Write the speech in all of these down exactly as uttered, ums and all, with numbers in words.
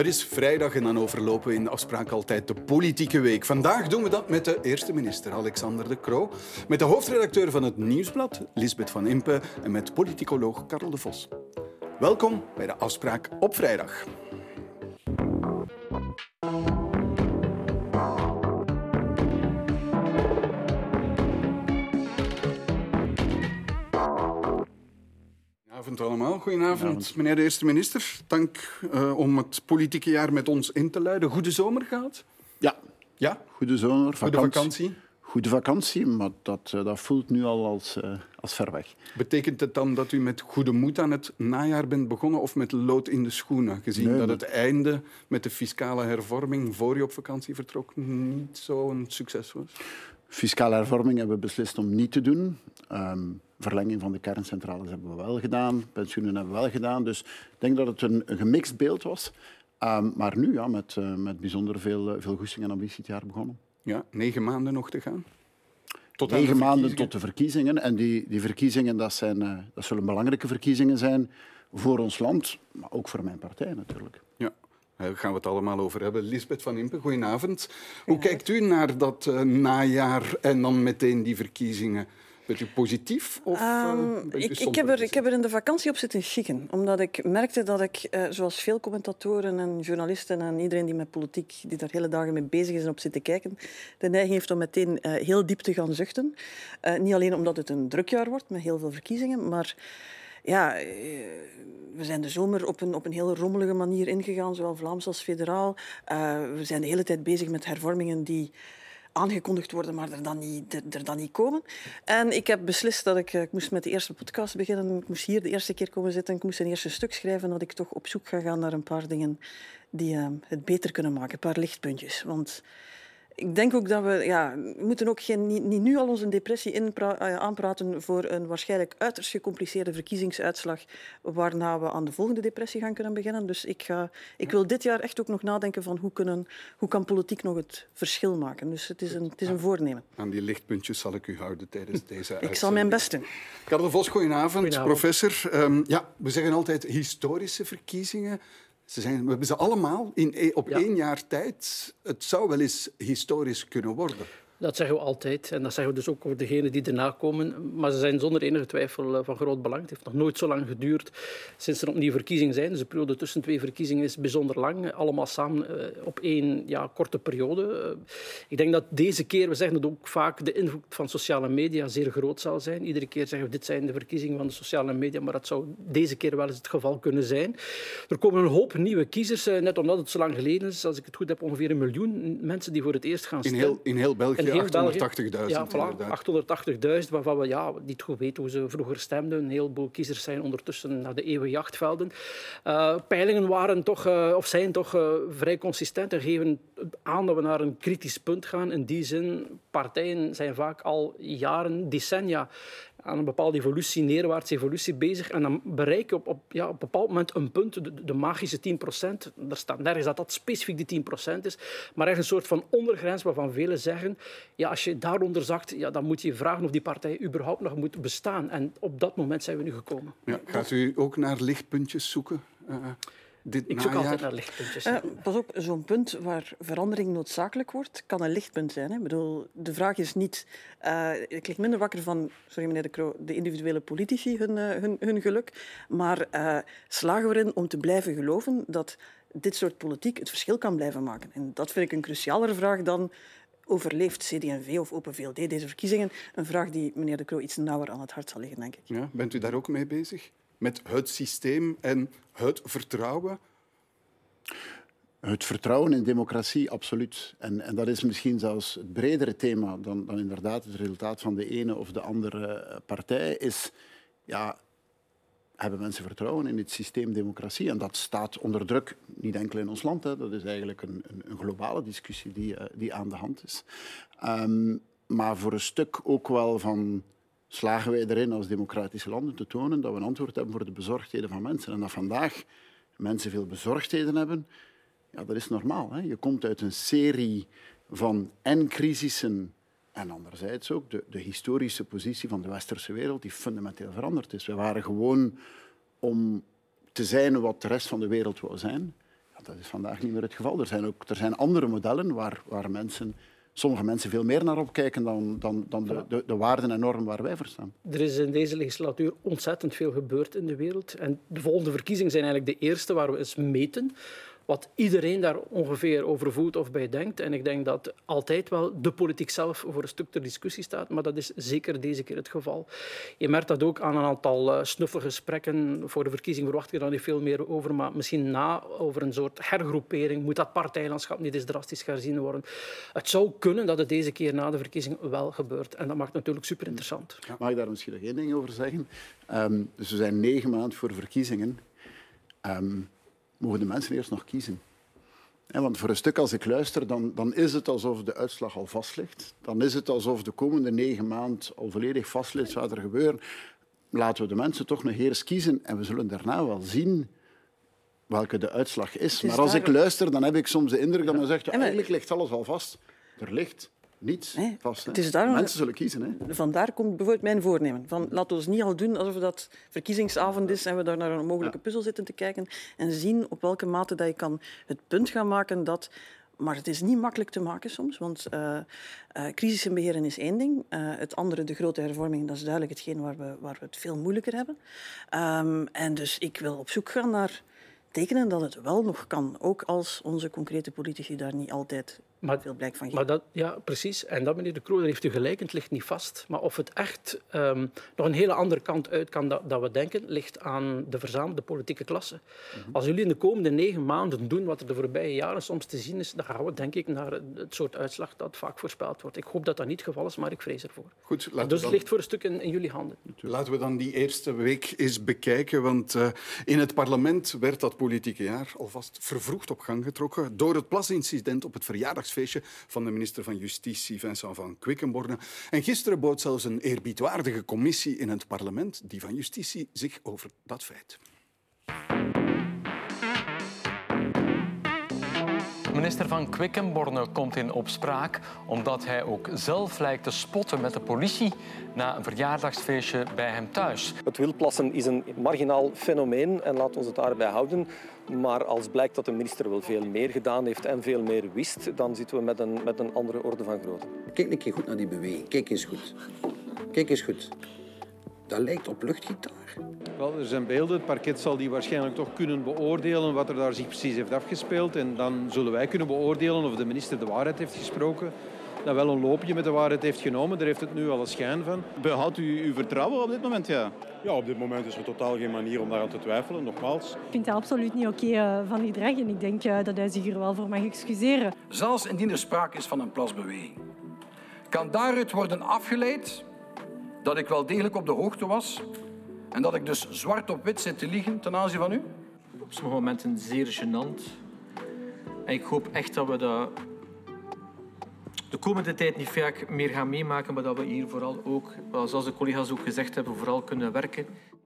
Het is vrijdag en dan overlopen we in de afspraak altijd de politieke week. Vandaag doen we dat met de eerste minister, Alexander De Croo, met de hoofdredacteur van het Nieuwsblad, Lisbeth Van Impe, en met politicoloog Karel De Vos. Welkom bij de afspraak op vrijdag. Goedenavond allemaal. Goedenavond, Goedenavond, meneer de eerste minister. Dank uh, om het politieke jaar met ons in te luiden. Goede zomer gehad? Ja. Ja? Goede zomer. Vakantie. Goede vakantie? Goede vakantie, maar dat, dat voelt nu al als, uh, als ver weg. Betekent het dan dat u met goede moed aan het najaar bent begonnen of met lood in de schoenen? Gezien nee, dat het einde met de fiscale hervorming voor je op vakantie vertrok niet zo'n succes was? Fiscale hervorming hebben we beslist om niet te doen. Um, verlenging van de kerncentrales hebben we wel gedaan. Pensioenen hebben we wel gedaan. Dus ik denk dat het een, een gemixt beeld was. Um, maar nu ja, met, uh, met bijzonder veel, veel goesting en ambitie het jaar begonnen. Ja, negen maanden nog te gaan. Tot negen maanden tot de verkiezingen. En die, die verkiezingen, dat, zijn, uh, dat zullen belangrijke verkiezingen zijn voor ons land, maar ook voor mijn partij natuurlijk. Ja. Daar gaan we het allemaal over hebben. Lisbeth Van Impe, goedenavond. Hoe kijkt u naar dat uh, najaar en dan meteen die verkiezingen? Bent u positief? Of, uh, um, bent u ik, ik, heb er, ik heb er in de vakantie op zitten chicken. Omdat ik merkte dat ik, uh, zoals veel commentatoren en journalisten en iedereen die met politiek, die daar hele dagen mee bezig is en op zit te kijken, de neiging heeft om meteen uh, heel diep te gaan zuchten. Uh, niet alleen omdat het een druk jaar wordt met heel veel verkiezingen, maar ja, uh, we zijn de zomer op een, op een heel rommelige manier ingegaan, zowel Vlaams als federaal. Uh, we zijn de hele tijd bezig met hervormingen die aangekondigd worden, maar er dan niet, er, er dan niet komen. En ik heb beslist dat ik, ik moest met de eerste podcast beginnen. Ik moest hier de eerste keer komen zitten. Ik moest een eerste stuk schrijven dat ik toch op zoek ga gaan naar een paar dingen die uh, het beter kunnen maken. Een paar lichtpuntjes. Want ik denk ook dat we... Ja, we moeten ook geen, niet, niet nu al onze depressie inpra- uh, aanpraten voor een waarschijnlijk uiterst gecompliceerde verkiezingsuitslag waarna we aan de volgende depressie gaan kunnen beginnen. Dus ik, ga, ik wil dit jaar echt ook nog nadenken van hoe, kunnen, hoe kan politiek nog het verschil maken. Dus het is een, het is een voornemen. Aan die lichtpuntjes zal ik u houden tijdens deze uitzending. Ik zal mijn best doen. Karel De Vos, goedenavond. Goedenavond. Professor. Um, ja, we zeggen altijd historische verkiezingen. Ze zijn, we hebben ze allemaal in, op ja. één jaar tijd. Het zou wel eens historisch kunnen worden. Dat zeggen we altijd. En dat zeggen we dus ook over degenen die erna komen. Maar ze zijn zonder enige twijfel van groot belang. Het heeft nog nooit zo lang geduurd sinds er opnieuw verkiezingen zijn. Dus de periode tussen twee verkiezingen is bijzonder lang. Allemaal samen uh, op één ja, korte periode. Uh, ik denk dat deze keer, we zeggen het ook vaak, de invloed van sociale media zeer groot zal zijn. Iedere keer zeggen we, dit zijn de verkiezingen van de sociale media. Maar dat zou deze keer wel eens het geval kunnen zijn. Er komen een hoop nieuwe kiezers, uh, net omdat het zo lang geleden is. Als ik het goed heb, ongeveer een miljoen mensen die voor het eerst gaan stemmen. In heel, in heel België? achthonderdtachtigduizend. Ja, voilà, achthonderdtachtigduizend, waarvan we ja, niet goed weten hoe ze vroeger stemden. Een heleboel kiezers zijn ondertussen naar de eeuwige jachtvelden. Uh, peilingen waren toch, uh, of zijn toch uh, vrij consistent en geven aan dat we naar een kritisch punt gaan. In die zin, partijen zijn vaak al jaren, decennia aan een bepaalde evolutie, neerwaartse evolutie bezig. En dan bereik je op, op, ja, op een bepaald moment een punt, de, de magische tien procent. Er staat nergens dat dat specifiek die tien procent is, maar echt een soort van ondergrens waarvan velen zeggen, ja, als je daaronder zakt, ja, dan moet je je vragen of die partij überhaupt nog moet bestaan. En op dat moment zijn we nu gekomen. Ja, gaat u ook naar lichtpuntjes zoeken? Uh... Dit ik zoek altijd naar lichtpuntjes. Uh, pas op, zo'n punt waar verandering noodzakelijk wordt, kan een lichtpunt zijn. Hè. Ik bedoel, de vraag is niet... Uh, ik lig minder wakker van, sorry meneer De Croo, de individuele politici hun, uh, hun, hun geluk. Maar uh, slagen we erin om te blijven geloven dat dit soort politiek het verschil kan blijven maken? En dat vind ik een crucialere vraag dan... Overleeft C D en V of Open V L D deze verkiezingen? Een vraag die meneer De Croo iets nauwer aan het hart zal liggen, denk ik. Ja, bent u daar ook mee bezig? Met het systeem en het vertrouwen? Het vertrouwen in democratie, absoluut. En, en dat is misschien zelfs het bredere thema dan, dan inderdaad het resultaat van de ene of de andere partij. Is, ja, hebben mensen vertrouwen in het systeem democratie? En dat staat onder druk, niet enkel in ons land. Hè. Dat is eigenlijk een, een, een globale discussie die, uh, die aan de hand is. Um, maar voor een stuk ook wel van... slagen wij erin als democratische landen te tonen dat we een antwoord hebben voor de bezorgdheden van mensen. En dat vandaag mensen veel bezorgdheden hebben, ja, dat is normaal. Hè? Je komt uit een serie van en crisissen en anderzijds ook de, de historische positie van de westerse wereld die fundamenteel veranderd is. We waren gewoon om te zijn wat de rest van de wereld wou zijn. Ja, dat is vandaag niet meer het geval. Er zijn, ook, er zijn andere modellen waar, waar mensen, sommige mensen veel meer naar opkijken dan, dan, dan de, de, de waarden en normen waar wij voor staan. Er is in deze legislatuur ontzettend veel gebeurd in de wereld. En de volgende verkiezingen zijn eigenlijk de eerste waar we eens meten wat iedereen daar ongeveer over voelt of bij denkt. En ik denk dat altijd wel de politiek zelf voor een stuk ter discussie staat, maar dat is zeker deze keer het geval. Je merkt dat ook aan een aantal uh, snuffelgesprekken. Voor de verkiezing verwacht je daar niet veel meer over, maar misschien na over een soort hergroepering. Moet dat partijlandschap niet eens drastisch herzien worden? Het zou kunnen dat het deze keer na de verkiezing wel gebeurt. En dat maakt het natuurlijk super interessant. Ja. Mag ik daar misschien nog één ding over zeggen? Um, dus we zijn negen maanden voor verkiezingen. Um, mogen de mensen eerst nog kiezen. Want voor een stuk als ik luister, dan, dan is het alsof de uitslag al vast ligt. Dan is het alsof de komende negen maanden al volledig vast ligt wat er gebeurt. Laten we de mensen toch nog eerst kiezen en we zullen daarna wel zien welke de uitslag is. is maar als daar... ik luister, dan heb ik soms de indruk dat men zegt, ja, eigenlijk ligt alles al vast. Er ligt niets nee, vast. Het is daarom... Mensen zullen kiezen. Hè. Vandaar komt bijvoorbeeld mijn voornemen. Van, laten we ons niet al doen alsof dat verkiezingsavond is en we daar naar een mogelijke ja. puzzel zitten te kijken en zien op welke mate dat je kan het punt gaan maken dat... Maar het is niet makkelijk te maken soms, want uh, uh, crisissen beheren is één ding. Uh, het andere, de grote hervorming, dat is duidelijk hetgeen waar we, waar we het veel moeilijker hebben. Um, en dus ik wil op zoek gaan naar tekenen dat het wel nog kan, ook als onze concrete politici daar niet altijd... Maar, veel blijk van maar dat, ja, precies. En dat, meneer De Croo, daar heeft u gelijk. Het ligt niet vast. Maar of het echt um, nog een hele andere kant uit kan dan dat we denken, ligt aan de verzamelde politieke klasse. Mm-hmm. Als jullie in de komende negen maanden doen wat er de voorbije jaren soms te zien is, dan gaan we denk ik naar het soort uitslag dat vaak voorspeld wordt. Ik hoop dat dat niet het geval is, maar ik vrees ervoor. Goed, dus het dan... ligt voor een stuk in, in jullie handen. Laten we dan die eerste week eens bekijken. Want uh, in het parlement werd dat politieke jaar alvast vervroegd op gang getrokken door het plasincident op het verjaardagsfeestje van de minister van Justitie, Vincent van Quickenborne. En gisteren bood zelfs een eerbiedwaardige commissie in het parlement, die van Justitie, zich over dat feit. Minister van Quickenborne komt in opspraak omdat hij ook zelf lijkt te spotten met de politie na een verjaardagsfeestje bij hem thuis. Het wildplassen is een marginaal fenomeen en laten we het daarbij houden. Maar als blijkt dat de minister wel veel meer gedaan heeft en veel meer wist, dan zitten we met een, met een andere orde van grootte. Kijk een keer goed naar die beweging. Kijk eens goed. Kijk eens goed. Dat lijkt op luchtgitaar. Wel, er zijn beelden. Het parket zal die waarschijnlijk toch kunnen beoordelen wat er daar zich precies heeft afgespeeld. En dan zullen wij kunnen beoordelen of de minister de waarheid heeft gesproken. Dat wel een loopje met de waarheid heeft genomen. Daar heeft het nu al een schijn van. Behoudt u uw vertrouwen op dit moment? Ja. Ja, op dit moment is er totaal geen manier om daaraan te twijfelen, nogmaals. Ik vind dat absoluut niet oké okay van gedrag en ik denk uh, dat hij zich er wel voor mag excuseren. Zelfs indien er sprake is van een plasbeweging, kan daaruit worden afgeleid dat ik wel degelijk op de hoogte was en dat ik dus zwart op wit zit te liegen ten aanzien van u? Op sommige momenten zeer gênant. En ik hoop echt dat we dat de komende tijd niet vaak meer gaan meemaken, maar dat we hier vooral ook, zoals de collega's ook gezegd hebben, vooral kunnen werken.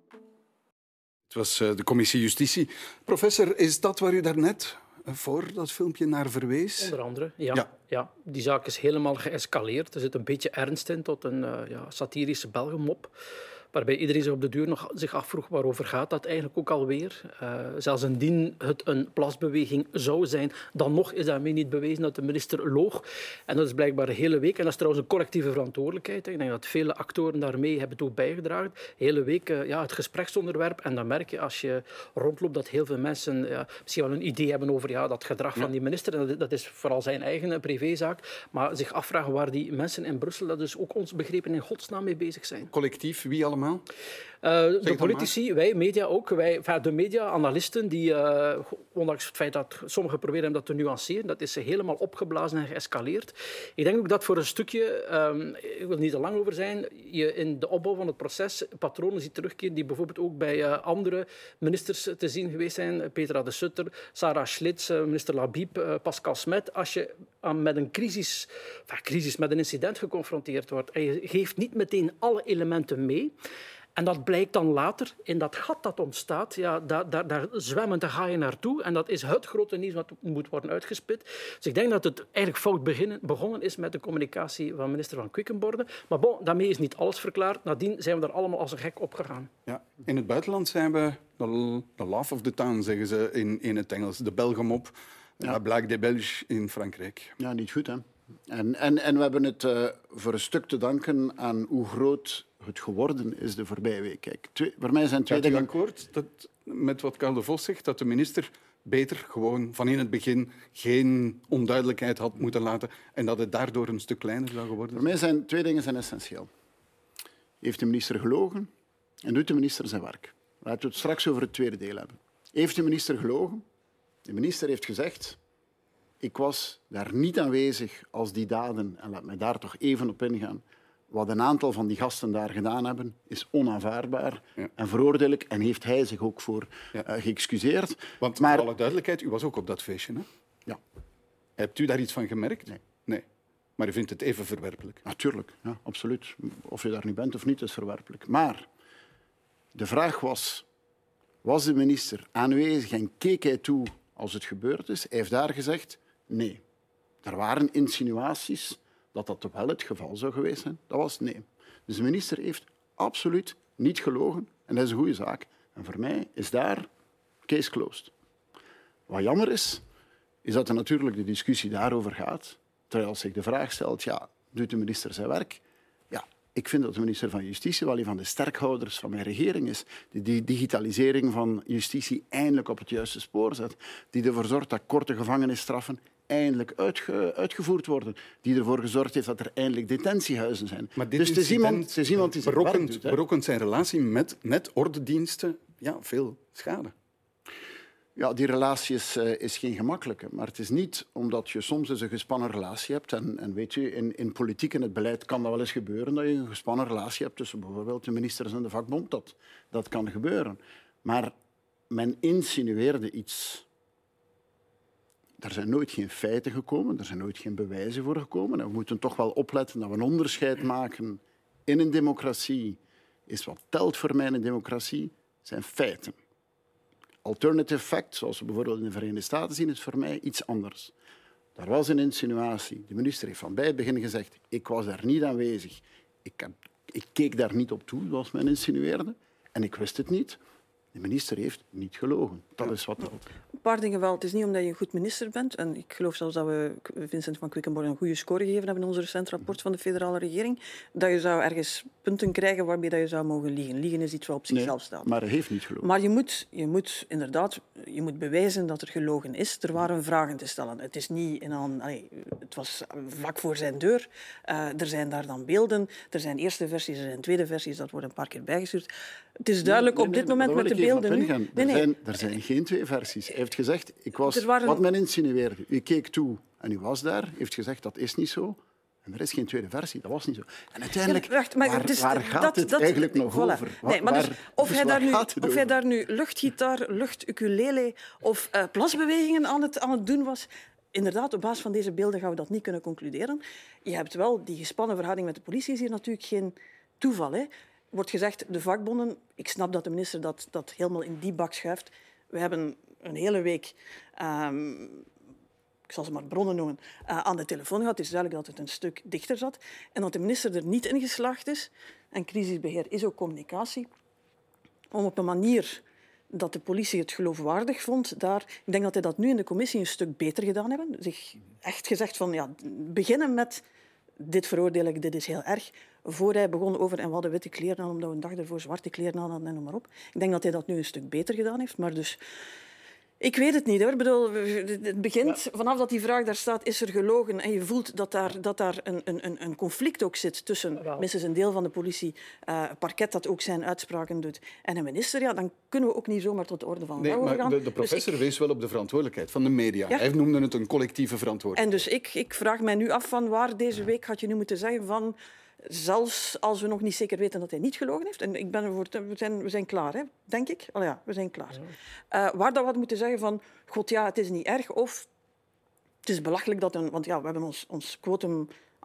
Het was de commissie Justitie. Professor, is dat waar u daarnet voor dat filmpje naar verwees? Onder andere, ja. ja. ja. Die zaak is helemaal geëscaleerd. Er zit een beetje ernst in tot een uh, ja, satirische Belgenmop. Waarbij iedereen zich op de duur nog zich afvroeg waarover gaat dat eigenlijk ook alweer. Uh, zelfs indien het een plasbeweging zou zijn, dan nog is daarmee niet bewezen dat de minister loog. En dat is blijkbaar de hele week. En dat is trouwens een collectieve verantwoordelijkheid. Ik denk dat vele actoren daarmee hebben toe bijgedragen. De hele week uh, ja, het gespreksonderwerp. En dan merk je als je rondloopt dat heel veel mensen uh, misschien wel een idee hebben over ja, dat gedrag van die minister. En dat, dat is vooral zijn eigen privézaak. Maar zich afvragen waar die mensen in Brussel, dat is ook ons begrepen in godsnaam mee bezig zijn. Collectief, wie allemaal? Uh, de politici, wij, media ook. Wij, enfin, de media-analisten, die, uh, ondanks het feit dat sommigen proberen dat te nuanceren, dat is helemaal opgeblazen en geëscaleerd. Ik denk ook dat voor een stukje, um, ik wil er niet te lang over zijn, je in de opbouw van het proces patronen ziet terugkeren die bijvoorbeeld ook bij uh, andere ministers te zien geweest zijn. Petra de Sutter, Sarah Schlitz, uh, minister Labib, uh, Pascal Smet. Als je uh, met een crisis, enfin, crisis, met een incident geconfronteerd wordt en je geeft niet meteen alle elementen mee, En dat blijkt dan later, in dat gat dat ontstaat, ja, daar, daar, daar zwemmen de haaien naartoe. En dat is het grote nieuws wat moet worden uitgespit. Dus ik denk dat het eigenlijk fout beginnen, begonnen is met de communicatie van minister Van Quickenborne. Maar bon, daarmee is niet alles verklaard. Nadien zijn we er allemaal als een gek op gegaan. Ja, in het buitenland zijn we de, de laugh of the town, zeggen ze in, in het Engels. De Belgemop, ja. La Blague des Belges in Frankrijk. Ja, niet goed, hè? En, en, en we hebben het uh, voor een stuk te danken aan hoe groot het geworden is de voorbije week. Kijk, twee, voor mij zijn twee dingen... akkoord dat, met wat Karel de Vos zegt, dat de minister beter gewoon van in het begin geen onduidelijkheid had moeten laten en dat het daardoor een stuk kleiner zou geworden zijn? Voor mij zijn twee dingen zijn essentieel. Heeft de minister gelogen en doet de minister zijn werk? Laten we het straks over het tweede deel hebben. Heeft de minister gelogen? De minister heeft gezegd... Ik was daar niet aanwezig als die daden, en laat mij daar toch even op ingaan, wat een aantal van die gasten daar gedaan hebben, is onaanvaardbaar ja. en veroordelijk. En heeft hij zich ook voor ja. uh, geëxcuseerd. Want maar... voor alle duidelijkheid, u was ook op dat feestje, hè? Ja. Hebt u daar iets van gemerkt? Nee. Nee. Maar u vindt het even verwerpelijk? Natuurlijk, ja, absoluut. Of je daar nu bent of niet, is verwerpelijk. Maar de vraag was, was de minister aanwezig en keek hij toe als het gebeurd is? Hij heeft daar gezegd... Nee. Er waren insinuaties dat dat wel het geval zou geweest zijn. Dat was nee. Dus de minister heeft absoluut niet gelogen. En dat is een goede zaak. En voor mij is daar case closed. Wat jammer is, is dat er natuurlijk de discussie daarover gaat. Terwijl zich de vraag stelt, ja, doet de minister zijn werk? Ja, ik vind dat de minister van Justitie wel een van de sterkhouders van mijn regering is. Die die digitalisering van justitie eindelijk op het juiste spoor zet. Die ervoor zorgt dat korte gevangenisstraffen eindelijk uitge, uitgevoerd worden. Die ervoor gezorgd heeft dat er eindelijk detentiehuizen zijn. Maar dit dus het is iemand, het is iemand die zijn werk berokkent, doet. Hè. berokkent zijn relatie met, met ordediensten ja, veel schade. Ja, die relatie is, uh, is geen gemakkelijke. Maar het is niet omdat je soms eens een gespannen relatie hebt. En, en weet je, in, in politiek en het beleid kan dat wel eens gebeuren dat je een gespannen relatie hebt tussen bijvoorbeeld de ministers en de vakbond. Dat, dat kan gebeuren. Maar men insinueerde iets. Er zijn nooit geen feiten gekomen, er zijn nooit geen bewijzen voor gekomen. En we moeten toch wel opletten dat we een onderscheid maken in een democratie. Is wat telt voor mij in een democratie, zijn feiten. Alternative fact, zoals we bijvoorbeeld in de Verenigde Staten zien, is voor mij iets anders. Daar was een insinuatie. De minister heeft van bij het begin gezegd, ik was daar niet aanwezig. Ik, heb, ik keek daar niet op toe, zoals men insinueerde. En ik wist het niet. De minister heeft niet gelogen. Dat is wat telt. Een paar dingen wel. Het is niet omdat je een goed minister bent. En ik geloof zelfs dat we Vincent Van Quickenborne een goede score gegeven hebben in ons recent rapport van de federale regering. Dat je zou ergens punten krijgen waarmee dat je zou mogen liegen. Liegen is iets wat op zichzelf staat. Nee, maar hij heeft niet gelogen. Maar je moet, je moet inderdaad je moet bewijzen dat er gelogen is. Er waren vragen te stellen. Het is niet in een, allez, het was vlak voor zijn deur. Uh, er zijn daar dan beelden. Er zijn eerste versies, er zijn tweede versies. Dat wordt een paar keer bijgestuurd. Het is duidelijk nee, nee, op dit nee, moment met de beelden nu. Nee, nee. Er, zijn, er zijn geen twee versies. Hij heeft gezegd, ik was, waren... wat men insinueerde. U keek toe en u was daar. Hij heeft gezegd, dat is niet zo. En er is geen tweede versie, dat was niet zo. En uiteindelijk, ja, wacht, maar waar, dus, waar gaat dat, het dat, eigenlijk nog voilà. over? Nee, maar waar, dus, of dus hij daar nu, of hij daar nu luchtgitaar, luchtukulele of uh, plasbewegingen aan het, aan het doen was... Inderdaad, op basis van deze beelden gaan we dat niet kunnen concluderen. Je hebt wel die gespannen verhouding met de politie, is hier natuurlijk geen toeval. Hè. Wordt gezegd, de vakbonden... Ik snap dat de minister dat, dat helemaal in die bak schuift. We hebben een hele week... Um, ik zal ze maar bronnen noemen, uh, aan de telefoon gehad. Het is duidelijk dat het een stuk dichter zat. En dat de minister er niet in geslaagd is. En crisisbeheer is ook communicatie. Om op een manier dat de politie het geloofwaardig vond, daar, ik denk dat hij dat nu in de commissie een stuk beter gedaan hebben. Zich echt gezegd van, ja, beginnen met dit veroordeel ik, dit is heel erg. Voor hij begon over en we hadden witte kleren aan, omdat we een dag ervoor zwarte kleren aan hadden en noem maar op. Ik denk dat hij dat nu een stuk beter gedaan heeft, maar dus... Ik weet het niet, hoor. Ik bedoel, het begint, ja. Vanaf dat die vraag daar staat, is er gelogen? En je voelt dat daar, dat daar een, een, een conflict ook zit tussen ja. minstens een deel van de politie, uh, een parket dat ook zijn uitspraken doet, en een minister. Ja, dan kunnen we ook niet zomaar tot de orde van de dag nee, gaan. De, de professor dus ik... wees wel op de verantwoordelijkheid van de media. Ja. Hij noemde het een collectieve verantwoordelijkheid. En dus ik, ik vraag mij nu af van waar deze week had je nu moeten zeggen van... Zelfs als we nog niet zeker weten dat hij niet gelogen heeft. En ik ben ervoor, we, zijn, we zijn klaar, hè, denk ik. Oh ja, we zijn klaar. Uh, waar dat we hadden moeten zeggen van... God, ja, het is niet erg. Of het is belachelijk dat... Een, want ja, we hebben ons, ons quotum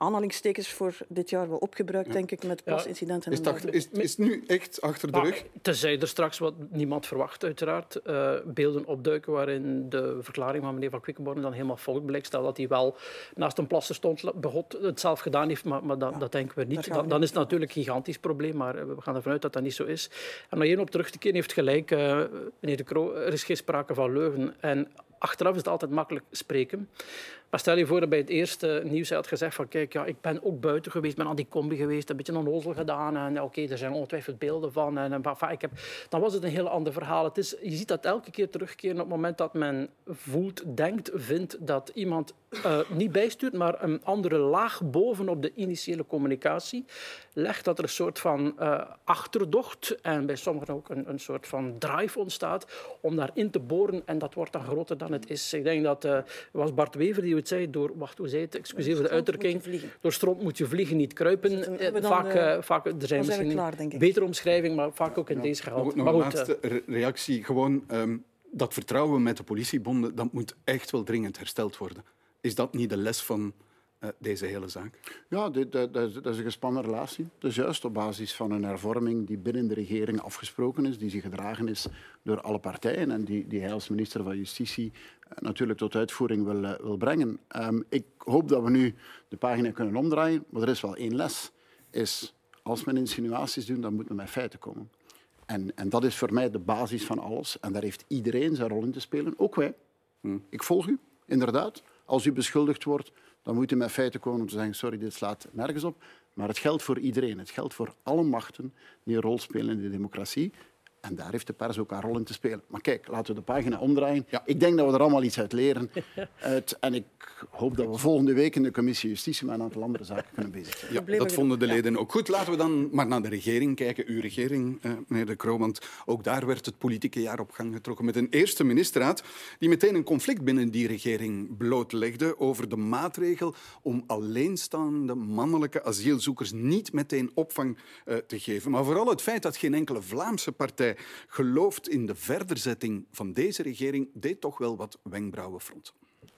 aanhalingstekens voor dit jaar wel opgebruikt, Ja. denk ik, met plasincidenten. Is, het achter- is, is het nu echt achter de Maar, rug? tenzij er straks, wat niemand verwacht uiteraard, uh, beelden opduiken waarin de verklaring van meneer Van Quickenborne dan helemaal fout blijkt. Stel dat hij wel naast een plasser stond, begot het zelf gedaan heeft, maar, maar dat, ja, dat denken we niet. Dan, dan is het natuurlijk een gigantisch probleem, maar we gaan ervan uit dat dat niet zo is. En om hier op terug te keren, heeft gelijk uh, meneer De Croo, er is geen sprake van leugen. En achteraf is het altijd makkelijk spreken. Maar stel je voor dat bij het eerste nieuws hij had gezegd van kijk, ja, ik ben ook buiten geweest, ben aan die combi geweest, een beetje onnozel gedaan en oké, okay, er zijn ongetwijfeld beelden van. En, en, enfin, ik heb, dan was het een heel ander verhaal. Het is, je ziet dat elke keer terugkeren op het moment dat men voelt, denkt, vindt dat iemand uh, niet bijstuurt, maar een andere laag bovenop de initiële communicatie legt, dat er een soort van uh, achterdocht en bij sommigen ook een, een soort van drive ontstaat om daarin te boren en dat wordt dan groter dan het is. Ik denk dat uh, was Bart Wever die het zei, door, wacht, hoe zei het? Excuseer voor de uitdrukking. Door stront moet je vliegen, niet kruipen. Dan, vaak, uh, vaak, er zijn misschien een klaar, betere omschrijving, maar vaak ook in ja, deze gehaald. Nog, nog maar een goed, laatste uh, reactie. Gewoon, um, dat vertrouwen met de politiebonden, dat moet echt wel dringend hersteld worden. Is dat niet de les van uh, deze hele zaak? Ja, dit, dat, dat is een gespannen relatie. Dus juist op basis van een hervorming die binnen de regering afgesproken is, die zich gedragen is door alle partijen en die, die hij als minister van Justitie uh, natuurlijk tot uitvoering wil, uh, wil brengen. Um, ik hoop dat we nu de pagina kunnen omdraaien, maar er is wel één les. Is, als men insinuaties doet, dan moet men met feiten komen. En, en dat is voor mij de basis van alles. En daar heeft iedereen zijn rol in te spelen, ook wij. Hmm. Ik volg u, inderdaad. Als u beschuldigd wordt, dan moet u met feiten komen om te zeggen sorry, dit slaat nergens op. Maar het geldt voor iedereen. Het geldt voor alle machten die een rol spelen in de democratie. En daar heeft de pers ook een rol in te spelen. Maar kijk, laten we de pagina omdraaien. Ja. Ik denk dat we er allemaal iets uit leren. Uit, en ik hoop dat we volgende week in de commissie Justitie met een aantal andere zaken kunnen bezig zijn. Ja, dat vonden de leden ook goed. Laten we dan maar naar de regering kijken. Uw regering, eh, meneer De Croo, want ook daar werd het politieke jaar op gang getrokken met een eerste ministerraad die meteen een conflict binnen die regering blootlegde over de maatregel om alleenstaande mannelijke asielzoekers niet meteen opvang uh, te geven. Maar vooral het feit dat geen enkele Vlaamse partij gelooft in de verderzetting van deze regering, deed toch wel wat wenkbrauwen fronsen.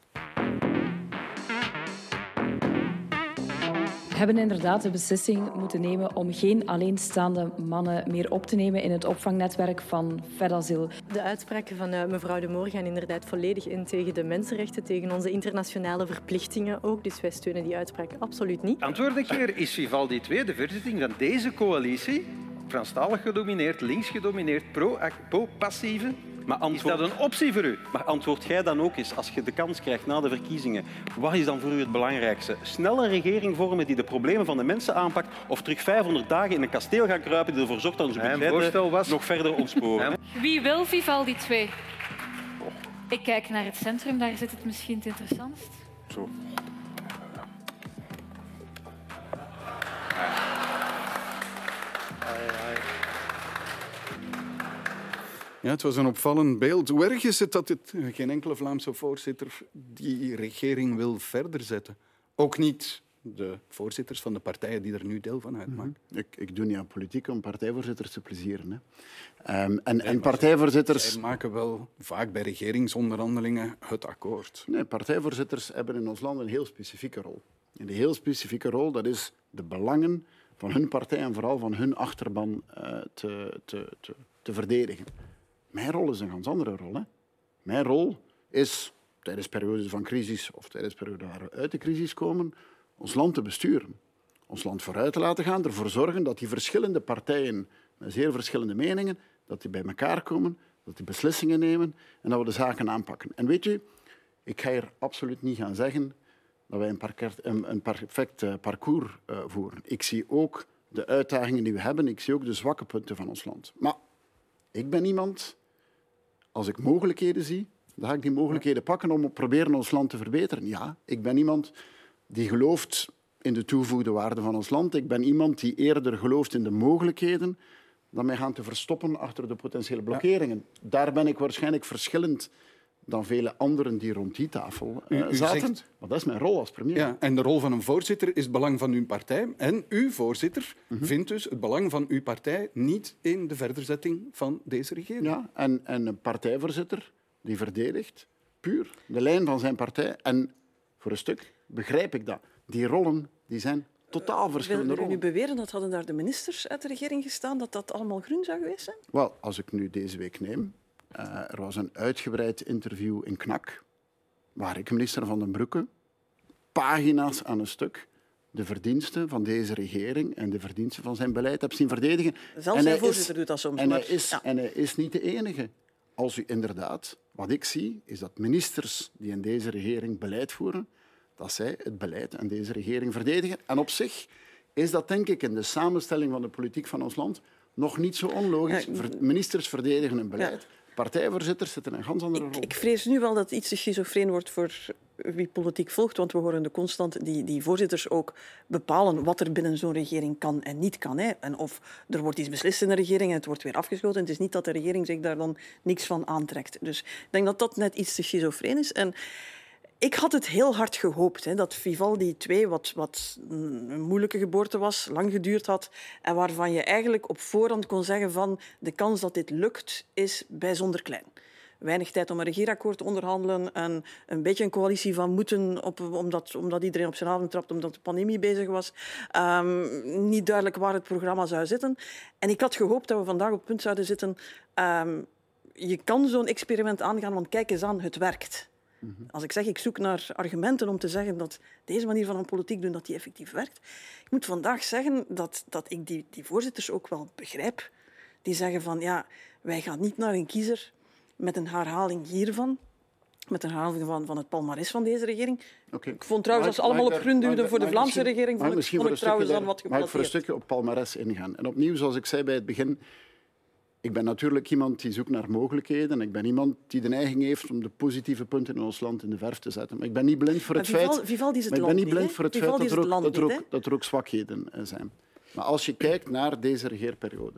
We hebben inderdaad de beslissing moeten nemen om geen alleenstaande mannen meer op te nemen in het opvangnetwerk van Fedasiel. De uitspraken van uh, mevrouw De Moor gaan inderdaad volledig in tegen de mensenrechten, tegen onze internationale verplichtingen ook. Dus wij steunen die uitspraak absoluut niet. Antwoord keer is Vivaldi twee de voorzitting van deze coalitie, Franstalig gedomineerd, links gedomineerd, pro-passieve. Maar antwoord... Is dat een optie voor u? Maar antwoord jij dan ook eens, als je de kans krijgt na de verkiezingen, wat is dan voor u het belangrijkste? Snel een regering vormen die de problemen van de mensen aanpakt of terug vijfhonderd dagen in een kasteel gaan kruipen die ervoor zorgt dat onze budgetten was... nog verder ontsporen? Wie wil Vivaldi twee? Ik kijk naar het centrum, daar zit het misschien het interessantst. Zo. Ja, het was een opvallend beeld. Hoe erg is het dat het, geen enkele Vlaamse voorzitter die regering wil verder zetten? Ook niet de voorzitters van de partijen die er nu deel van uitmaken. Mm-hmm. ik, ik doe niet aan politiek om partijvoorzitters te plezieren. Hè. Um, en, nee, en partijvoorzitters... Zij maken wel vaak bij regeringsonderhandelingen het akkoord. Nee, partijvoorzitters hebben in ons land een heel specifieke rol. En die heel specifieke rol, dat is de belangen van hun partij en vooral van hun achterban uh, te, te, te, te verdedigen. Mijn rol is een ganz andere rol. Hè. Mijn rol is, tijdens periodes van crisis of tijdens periodes waar we uit de crisis komen, ons land te besturen. Ons land vooruit te laten gaan, ervoor zorgen dat die verschillende partijen met zeer verschillende meningen, dat die bij elkaar komen, dat die beslissingen nemen en dat we de zaken aanpakken. En weet u, ik ga hier absoluut niet gaan zeggen dat wij een, parket, een, een perfect parcours uh, voeren. Ik zie ook de uitdagingen die we hebben, ik zie ook de zwakke punten van ons land. Maar ik ben iemand... Als ik mogelijkheden zie, dan ga ik die mogelijkheden pakken om te proberen ons land te verbeteren. Ja, ik ben iemand die gelooft in de toegevoegde waarde van ons land. Ik ben iemand die eerder gelooft in de mogelijkheden dan mij gaan te verstoppen achter de potentiële blokkeringen. Ja. Daar ben ik waarschijnlijk verschillend dan vele anderen die rond die tafel uh, u, u zaten. Zegt... Maar dat is mijn rol als premier. Ja, en de rol van een voorzitter is het belang van uw partij. En uw voorzitter mm-hmm. vindt dus het belang van uw partij niet in de verderzetting van deze regering. Ja, en, en een partijvoorzitter die verdedigt puur de lijn van zijn partij. En voor een stuk begrijp ik dat. Die rollen die zijn totaal verschillende Wil u rollen. nu beweren dat hadden daar de ministers uit de regering gestaan, dat dat allemaal groen zou geweest zijn? Wel, als ik nu deze week neem, uh, er was een uitgebreid interview in Knak, waar ik minister Van den Broeke pagina's aan een stuk de verdiensten van deze regering en de verdiensten van zijn beleid heb zien verdedigen. Zelfs en zijn hij voorzitter is, doet dat soms. En, maar, hij is, ja. en hij is niet de enige. Als u inderdaad, wat ik zie, is dat ministers die in deze regering beleid voeren, dat zij het beleid en deze regering verdedigen. En op zich is dat, denk ik, in de samenstelling van de politiek van ons land nog niet zo onlogisch. Ja, ik... Ministers verdedigen hun beleid. Ja. Partijvoorzitters zitten in een ganz andere rol. Ik, ik vrees nu wel dat het iets te schizofreen wordt voor wie politiek volgt, want we horen de constant die, die voorzitters ook bepalen wat er binnen zo'n regering kan en niet kan. Hè. En of er wordt iets beslist in de regering en het wordt weer afgeschoten. Het is niet dat de regering zich daar dan niks van aantrekt. Dus ik denk dat dat net iets te schizofreen is. En ik had het heel hard gehoopt hè, dat Vivaldi twee, wat, wat een moeilijke geboorte was, lang geduurd had en waarvan je eigenlijk op voorhand kon zeggen van de kans dat dit lukt is bijzonder klein. Weinig tijd om een regeerakkoord te onderhandelen en een beetje een coalitie van moeten, op, omdat, omdat iedereen op zijn avond trapt, omdat de pandemie bezig was. Um, niet duidelijk waar het programma zou zitten. En ik had gehoopt dat we vandaag op het punt zouden zitten. Um, je kan zo'n experiment aangaan, want kijk eens aan, het werkt. Als ik zeg, ik zoek naar argumenten om te zeggen dat deze manier van politiek doen, dat die effectief werkt. Ik moet vandaag zeggen dat, dat ik die, die voorzitters ook wel begrijp. Die zeggen van, ja, wij gaan niet naar een kiezer met een herhaling hiervan, met een herhaling van, van het palmares van deze regering. Okay. Ik vond trouwens, als ze allemaal op groen duwden voor de Vlaamse regering, vond ik, vond ik trouwens dan wat geplatteerd. Mag ik voor een stukje op palmares ingaan? En opnieuw, zoals ik zei bij het begin, ik ben natuurlijk iemand die zoekt naar mogelijkheden. Ik ben iemand die de neiging heeft om de positieve punten in ons land in de verf te zetten. Maar ik ben niet blind voor het Vival, feit, Vivaldi is het maar ik ben land niet blind niet, voor het Vivaldi feit dat er, ook, het dat, er niet, ook, dat er ook zwakheden zijn. Maar als je kijkt naar deze regeerperiode,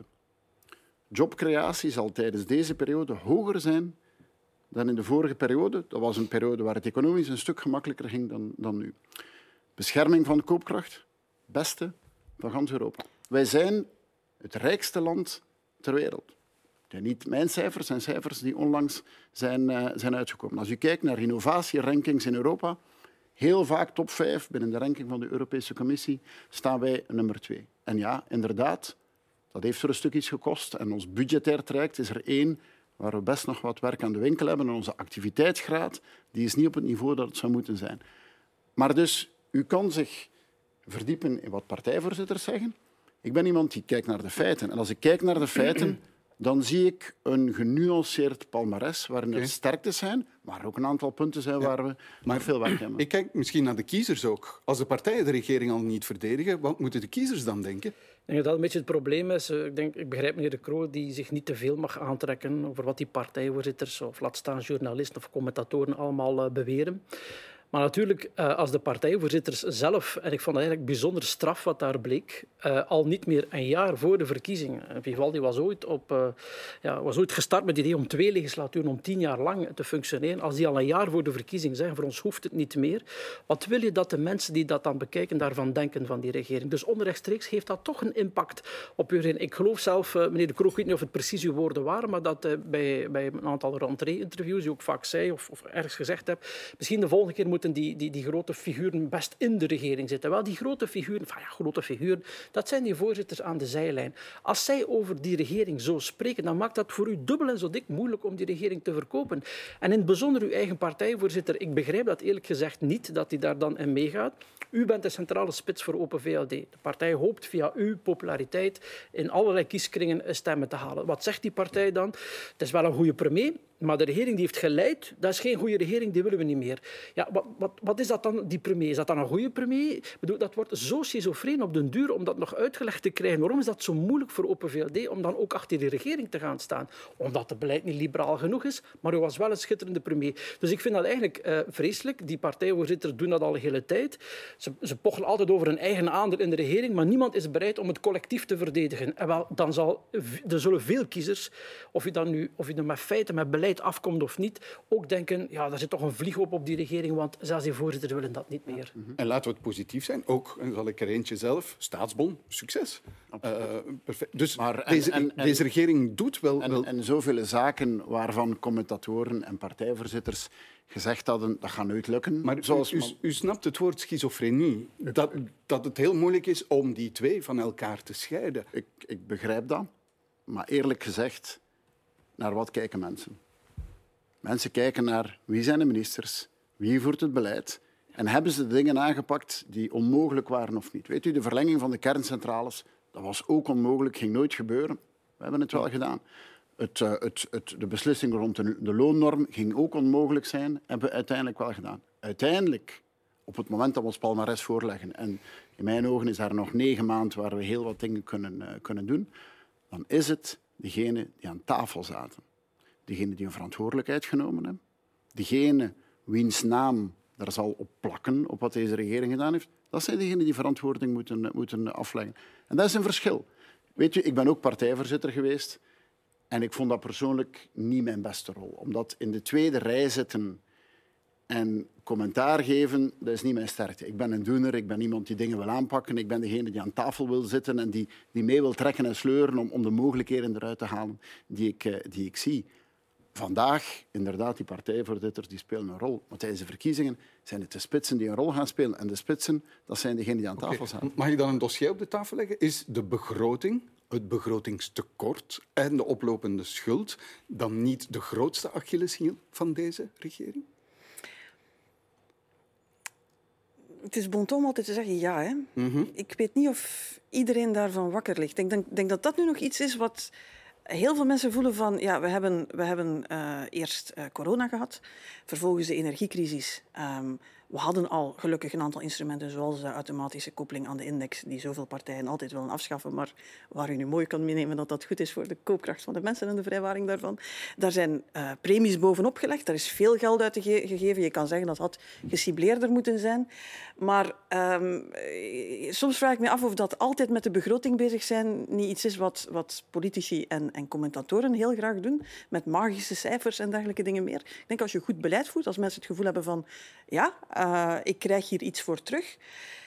jobcreatie zal tijdens deze periode hoger zijn dan in de vorige periode. Dat was een periode waar het economisch een stuk gemakkelijker ging dan, dan nu. Bescherming van de koopkracht, beste van gans Europa. Wij zijn het rijkste land ter wereld. Ja, niet mijn cijfers, zijn cijfers die onlangs zijn, uh, zijn uitgekomen. Als u kijkt naar innovatierankings in Europa, heel vaak top vijf binnen de ranking van de Europese Commissie, staan wij nummer twee. En ja, inderdaad, dat heeft er een stuk iets gekost. En ons budgetair traject is er één waar we best nog wat werk aan de winkel hebben. En onze activiteitsgraad die is niet op het niveau dat het zou moeten zijn. Maar dus, u kan zich verdiepen in wat partijvoorzitters zeggen. Ik ben iemand die kijkt naar de feiten. En als ik kijk naar de feiten, dan zie ik een genuanceerd palmares waarin er okay. sterktes zijn, maar ook een aantal punten zijn ja. waar we maar veel werk hebben. Ik kijk misschien naar de kiezers ook. Als de partijen de regering al niet verdedigen, wat moeten de kiezers dan denken? Ik denk dat dat een beetje het probleem is. Ik, denk, ik begrijp meneer De Croo die zich niet te veel mag aantrekken over wat die partijvoorzitters of laat staan journalisten of commentatoren allemaal beweren. Maar natuurlijk, als de partijvoorzitters zelf, en ik vond het eigenlijk bijzonder straf wat daar bleek, uh, al niet meer een jaar voor de verkiezingen. Vivaldi was ooit, op, uh, ja, was ooit gestart met het idee om twee legislaturen, om tien jaar lang te functioneren. Als die al een jaar voor de verkiezingen zeggen, voor ons hoeft het niet meer. Wat wil je dat de mensen die dat dan bekijken daarvan denken van die regering? Dus onrechtstreeks heeft dat toch een impact op uw regering. Ik geloof zelf, uh, meneer De Croo, ik weet niet of het precies uw woorden waren, maar dat uh, bij, bij een aantal rentree-interviews, die ook vaak zei of, of ergens gezegd heb, misschien de volgende keer moeten Die, die, die grote figuren best in de regering zitten. Wel, die grote figuren, enfin ja, grote figuren, dat zijn die voorzitters aan de zijlijn. Als zij over die regering zo spreken, dan maakt dat voor u dubbel en zo dik moeilijk om die regering te verkopen. En in het bijzonder uw eigen partijvoorzitter. Ik begrijp dat eerlijk gezegd niet, dat hij daar dan in meegaat. U bent de centrale spits voor Open V L D. De partij hoopt via uw populariteit in allerlei kieskringen stemmen te halen. Wat zegt die partij dan? Het is wel een goede premier, maar de regering die heeft geleid, dat is geen goede regering, die willen we niet meer. Ja, wat, wat, wat is dat dan, die premier? Is dat dan een goede premier? Ik bedoel, dat wordt zo schizofreen op den duur om dat nog uitgelegd te krijgen. Waarom is dat zo moeilijk voor Open V L D om dan ook achter die regering te gaan staan? Omdat het beleid niet liberaal genoeg is, maar u was wel een schitterende premier. Dus ik vind dat eigenlijk uh, vreselijk. Die partijvoorzitters doen dat al de hele tijd. Ze, ze pochen altijd over hun eigen aandeel in de regering, maar niemand is bereid om het collectief te verdedigen. En wel, dan zal, er zullen veel kiezers, of je dan nu of je dan met feiten, met beleid beleid afkomt of niet, ook denken, ja, daar zit toch een vlieg op op die regering, want zelfs die voorzitters willen dat niet meer. En laten we het positief zijn. Ook, en zal ik er eentje zelf, staatsbon, succes. Uh, perfect. Dus maar en, deze, en, en, deze regering doet wel... En, wel... en zoveel zaken waarvan commentatoren en partijvoorzitters gezegd hadden, dat gaat nooit lukken. Maar Zoals... u, u, u snapt het woord schizofrenie. Dat, dat het heel moeilijk is om die twee van elkaar te scheiden. Ik, ik begrijp dat. Maar eerlijk gezegd, naar wat kijken mensen? Mensen kijken naar wie zijn de ministers, wie voert het beleid en hebben ze de dingen aangepakt die onmogelijk waren of niet. Weet u, de verlenging van de kerncentrales, dat was ook onmogelijk, ging nooit gebeuren. We hebben het wel gedaan. Het, uh, het, het, de beslissing rond de, de loonnorm ging ook onmogelijk zijn, hebben we uiteindelijk wel gedaan. Uiteindelijk, op het moment dat we ons palmares voorleggen, en in mijn ogen is daar nog negen maanden waar we heel wat dingen kunnen, uh, kunnen doen, dan is het degene die aan tafel zaten. Degene die een verantwoordelijkheid genomen hebben. Degene wiens naam daar zal op plakken, op wat deze regering gedaan heeft. Dat zijn degenen die verantwoording moeten, moeten afleggen. En dat is een verschil. Weet je, ik ben ook partijvoorzitter geweest en ik vond dat persoonlijk niet mijn beste rol. Omdat in de tweede rij zitten en commentaar geven, dat is niet mijn sterkte. Ik ben een doener, ik ben iemand die dingen wil aanpakken. Ik ben degene die aan tafel wil zitten en die, die mee wil trekken en sleuren om, om de mogelijkheden eruit te halen die ik, die ik zie. Vandaag, inderdaad, die partijvoorzitters die spelen een rol. Maar tijdens de verkiezingen zijn het de spitsen die een rol gaan spelen. En de spitsen, dat zijn degenen die aan tafel okay. zaten. Mag ik dan een dossier op de tafel leggen? Is de begroting, het begrotingstekort en de oplopende schuld dan niet de grootste Achilleshiel van deze regering? Het is bon ton om altijd te zeggen ja. Hè. Mm-hmm. Ik weet niet of iedereen daarvan wakker ligt. Ik denk, denk dat dat nu nog iets is wat heel veel mensen voelen van... Ja, we hebben, we hebben uh, eerst uh, corona gehad, vervolgens de energiecrisis. Um, we hadden al gelukkig een aantal instrumenten, zoals de automatische koppeling aan de index, die zoveel partijen altijd willen afschaffen, maar waar u nu mooi kan meenemen dat dat goed is voor de koopkracht van de mensen en de vrijwaring daarvan. Daar zijn uh, premies bovenop gelegd, daar is veel geld uit gegeven. Je kan zeggen dat had gecibleerder moeten zijn. Maar um, soms vraag ik me af of dat altijd met de begroting bezig zijn niet iets is wat, wat politici en, en commentatoren heel graag doen, met magische cijfers en dergelijke dingen meer. Ik denk als je goed beleid voert, als mensen het gevoel hebben van ja, uh, ik krijg hier iets voor terug,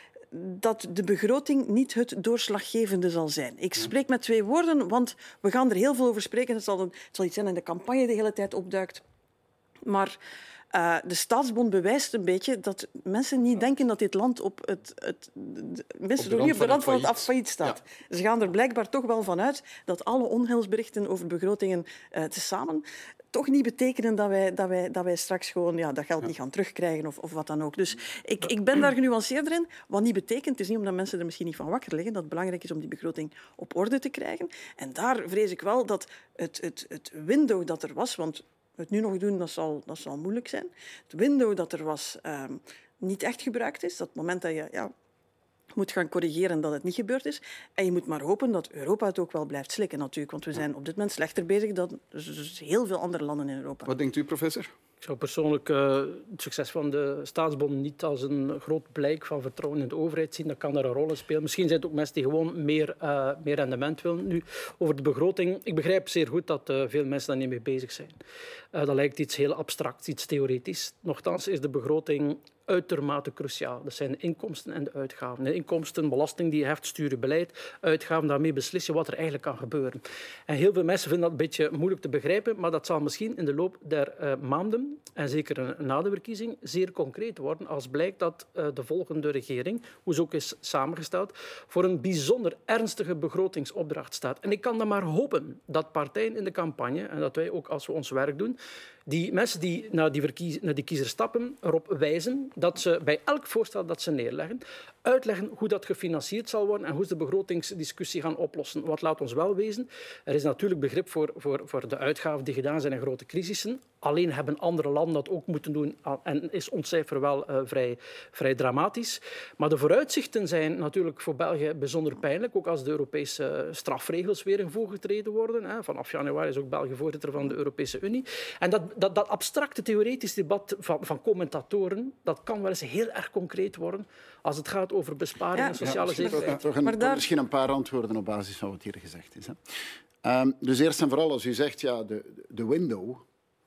dat de begroting niet het doorslaggevende zal zijn. Ik spreek met twee woorden, want we gaan er heel veel over spreken. Het zal, een, het zal iets zijn in de campagne de hele tijd opduikt. Maar uh, de staatsbond bewijst een beetje dat mensen niet denken dat dit land op het, het, de, mensen op de, op de rand van het affailliet staat. Ja. Ze gaan er blijkbaar toch wel van uit dat alle onheilsberichten over begrotingen uh, tezamen toch niet betekenen dat wij, dat wij, dat wij straks gewoon ja, dat geld ja. niet gaan terugkrijgen of, of wat dan ook. Dus ik, ik ben daar genuanceerder in. Wat niet betekent, het is niet omdat mensen er misschien niet van wakker liggen, dat het belangrijk is om die begroting op orde te krijgen. En daar vrees ik wel dat het, het, het window dat er was, want het nu nog doen, dat zal, dat zal moeilijk zijn. Het window dat er was, um, niet echt gebruikt is. Dat moment dat je ja, moet gaan corrigeren dat het niet gebeurd is. En je moet maar hopen dat Europa het ook wel blijft slikken, natuurlijk. Want we zijn op dit moment slechter bezig dan dus heel veel andere landen in Europa. Wat denkt u, professor? Ik zou persoonlijk uh, het succes van de staatsbond niet als een groot blijk van vertrouwen in de overheid zien. Dat kan daar een rol in spelen. Misschien zijn het ook mensen die gewoon meer, uh, meer rendement willen. Nu, over de begroting. Ik begrijp zeer goed dat uh, veel mensen daar niet mee bezig zijn. Uh, dat lijkt iets heel abstracts, iets theoretisch. Nochtans is de begroting uitermate cruciaal. Dat zijn de inkomsten en de uitgaven. De inkomsten, belasting die heft, sturen beleid. Uitgaven, daarmee beslissen wat er eigenlijk kan gebeuren. En heel veel mensen vinden dat een beetje moeilijk te begrijpen, maar dat zal misschien in de loop der uh, maanden, en zeker uh, na de verkiezing, zeer concreet worden als blijkt dat uh, de volgende regering, hoe ze ook is samengesteld, voor een bijzonder ernstige begrotingsopdracht staat. En ik kan dan maar hopen dat partijen in de campagne, en dat wij ook als we ons werk doen, die mensen die naar die, verkies- naar die kiezers stappen, erop wijzen dat ze bij elk voorstel dat ze neerleggen, uitleggen hoe dat gefinancierd zal worden en hoe ze de begrotingsdiscussie gaan oplossen. Wat laat ons wel wezen? Er is natuurlijk begrip voor, voor, voor de uitgaven die gedaan zijn in grote crisissen. Alleen hebben andere landen dat ook moeten doen en is ons cijfer wel uh, vrij, vrij dramatisch. Maar de vooruitzichten zijn natuurlijk voor België bijzonder pijnlijk, ook als de Europese strafregels weer in voorgetreden worden. Hè. Vanaf januari is ook België voorzitter van de Europese Unie. En dat, dat, dat abstracte theoretisch debat van, van commentatoren, dat kan wel eens heel erg concreet worden als het gaat over besparingen en ja, sociale ja, zekerheid. Toch, een, maar daar... Misschien een paar antwoorden op basis van wat hier gezegd is. Hè. Um, dus eerst en vooral, als u zegt, ja, de, de window,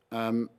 Um,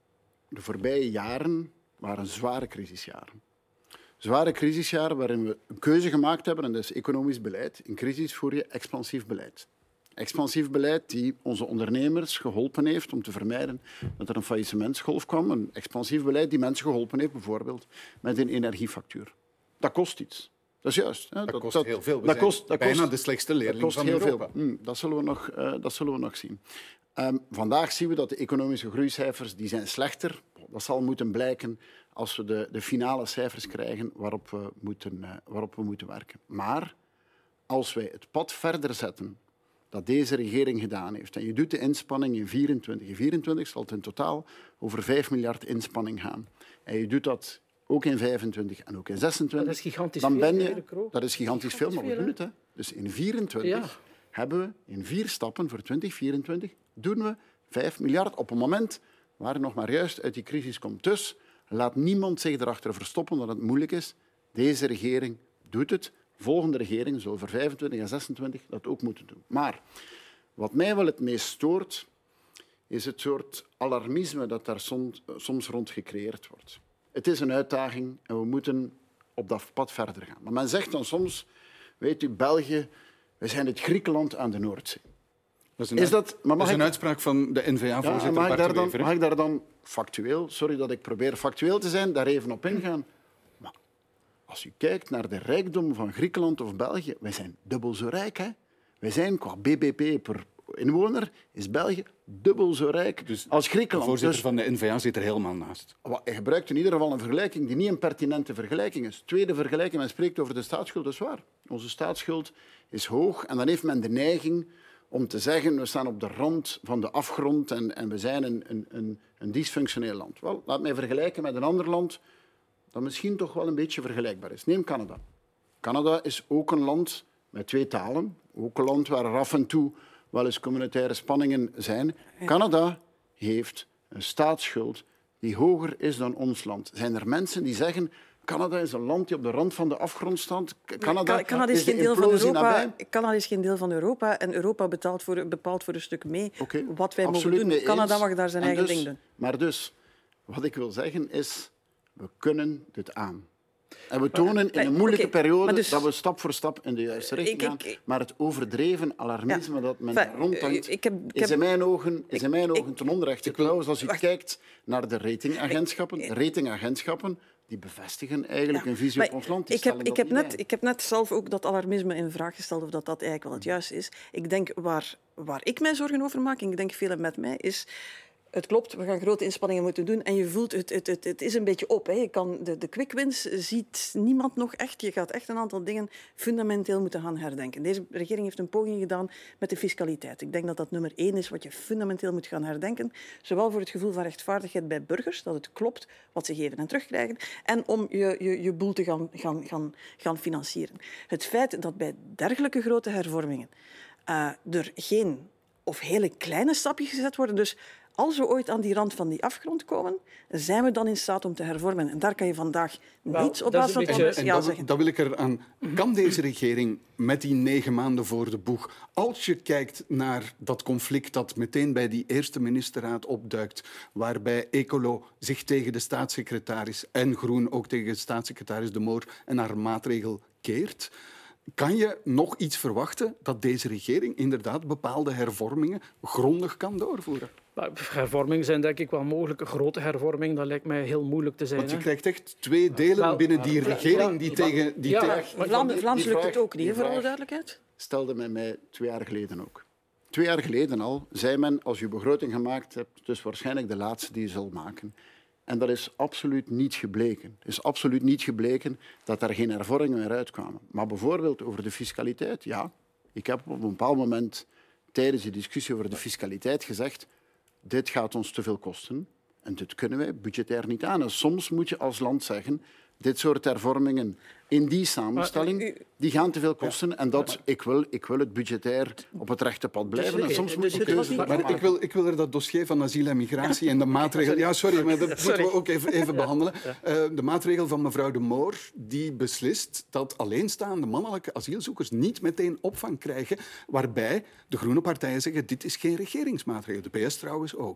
de voorbije jaren waren zware crisisjaren. Zware crisisjaren waarin we een keuze gemaakt hebben, en dat is economisch beleid. In crisis voer je expansief beleid. Expansief beleid die onze ondernemers geholpen heeft om te vermijden dat er een faillissementsgolf kwam. Een expansief beleid die mensen geholpen heeft, bijvoorbeeld met een energiefactuur. Dat kost iets. Dat is juist. Hè. Dat, dat kost dat, heel veel. We dat zijn kost, dat bijna kost, de slechtste leerling dat kost van heel Europa. Veel. Hm, dat, zullen we nog, uh, dat zullen we nog zien. Um, vandaag zien we dat de economische groeicijfers die zijn slechter. Dat zal moeten blijken als we de, de finale cijfers krijgen waarop we, moeten, uh, waarop we moeten werken. Maar als wij het pad verder zetten dat deze regering gedaan heeft, en je doet de inspanning in vierentwintig, in vierentwintig zal het in totaal over vijf miljard inspanning gaan. En je doet dat ook in vijfentwintig en ook in zesentwintig. Dat is gigantisch dan ben je, veel. Dat is gigantisch veel, maar we doen het. Hè. Dus in vierentwintig ja. hebben we in vier stappen voor twintig vierentwintig doen we vijf miljard op een moment waar het nog maar juist uit die crisis komt. Dus laat niemand zich erachter verstoppen dat het moeilijk is. Deze regering doet het. Volgende regering zal voor vijfentwintig en zesentwintig dat ook moeten doen. Maar wat mij wel het meest stoort, is het soort alarmisme dat daar soms rond gecreëerd wordt. Het is een uitdaging en we moeten op dat pad verder gaan. Maar men zegt dan soms, weet u, België, wij zijn het Griekenland aan de Noordzee. Dat is een, is dat, maar dat is een ik... uitspraak van de N V A-voorzitter ja, Bart de dan, Wever. Mag ik daar dan factueel, sorry dat ik probeer factueel te zijn, daar even op ingaan? Maar als u kijkt naar de rijkdom van Griekenland of België, wij zijn dubbel zo rijk. Hè? Wij zijn qua B B P per inwoner, is België dubbel zo rijk dus als Griekenland. De voorzitter dus, van de N V A zit er helemaal naast. Hij gebruikt in ieder geval een vergelijking die niet een pertinente vergelijking is. Tweede vergelijking, men spreekt over de staatsschuld, dat is waar. Onze staatsschuld is hoog en dan heeft men de neiging om te zeggen, we staan op de rand van de afgrond en, en we zijn een, een, een, een dysfunctioneel land. Wel, laat mij vergelijken met een ander land dat misschien toch wel een beetje vergelijkbaar is. Neem Canada. Canada is ook een land met twee talen. Ook een land waar er af en toe wel eens communautaire spanningen zijn. Canada heeft een staatsschuld die hoger is dan ons land. Zijn er mensen die zeggen, Canada is een land die op de rand van de afgrond staat. Canada, Can, Canada is, is geen deel van Europa. Canada is geen deel van Europa en Europa bepaalt voor, bepaalt voor een stuk mee okay, wat wij mogen doen. Canada mag daar zijn en eigen dus, ding doen. Maar dus, wat ik wil zeggen is, we kunnen dit aan. En we tonen in een moeilijke okay, periode dus, dat we stap voor stap in de juiste richting gaan. Ik, ik, maar het overdreven alarmisme ja, dat men enfin, rondhangt, ik heb, ik is in mijn ogen, is in mijn ogen ik, ten onrechte. Trouwens, als u wacht. kijkt naar de ratingagentschappen, ik, ratingagentschappen die bevestigen eigenlijk ja, een visie op ons land. Ik heb, ik, heb net, ik heb net zelf ook dat alarmisme in vraag gesteld of dat, dat eigenlijk wel het juiste is. Ik denk waar, waar ik mij zorgen over maak, en ik denk velen met mij, is... Het klopt, we gaan grote inspanningen moeten doen en je voelt, het, het, het, het is een beetje op. Hè. Je kan de, de quick wins ziet niemand nog echt. Je gaat echt een aantal dingen fundamenteel moeten gaan herdenken. Deze regering heeft een poging gedaan met de fiscaliteit. Ik denk dat dat nummer één is wat je fundamenteel moet gaan herdenken. Zowel voor het gevoel van rechtvaardigheid bij burgers, dat het klopt wat ze geven en terugkrijgen, en om je, je, je boel te gaan, gaan, gaan, gaan financieren. Het feit dat bij dergelijke grote hervormingen uh, er geen of hele kleine stapjes gezet worden, dus als we ooit aan die rand van die afgrond komen, zijn we dan in staat om te hervormen. En daar kan je vandaag well, niets op basis van beetje... ja zeggen. Dat wil ik eraan. Kan deze regering met die negen maanden voor de boeg, als je kijkt naar dat conflict dat meteen bij die eerste ministerraad opduikt, waarbij Ecolo zich tegen de staatssecretaris en Groen ook tegen de staatssecretaris De Moor en haar maatregel keert, kan je nog iets verwachten dat deze regering inderdaad bepaalde hervormingen grondig kan doorvoeren? Hervormingen zijn denk ik wel mogelijk. Een grote hervorming, dat lijkt mij heel moeilijk te zijn. Want je hè? krijgt echt twee delen wel, binnen die regering die ja, tegen... Die ja, tegen... Maar Vlaanderen Vlaams lukt het ook niet, voor alle duidelijkheid. Stelde men mij twee jaar geleden ook. Twee jaar geleden al zei men, als je begroting gemaakt hebt, dus waarschijnlijk de laatste die je zal maken. En dat is absoluut niet gebleken. Het is absoluut niet gebleken dat er geen hervormingen meer uitkwamen. Maar bijvoorbeeld over de fiscaliteit, ja. Ik heb op een bepaald moment tijdens de discussie over de fiscaliteit gezegd, dit gaat ons te veel kosten en dit kunnen wij budgetair niet aan. En soms moet je als land zeggen, dit soort hervormingen in die samenstelling, die gaan te veel kosten en dat, ik, wil, ik wil het budgetair op het rechte pad blijven. En soms moet je keuze maken. Maar ik wil, ik wil er dat dossier van asiel en migratie en de maatregel... Ja, sorry, maar dat moeten we ook even, even behandelen. Uh, de maatregel van mevrouw De Moor, die beslist dat alleenstaande mannelijke asielzoekers niet meteen opvang krijgen, waarbij de groene partijen zeggen, dit is geen regeringsmaatregel. De P S trouwens ook.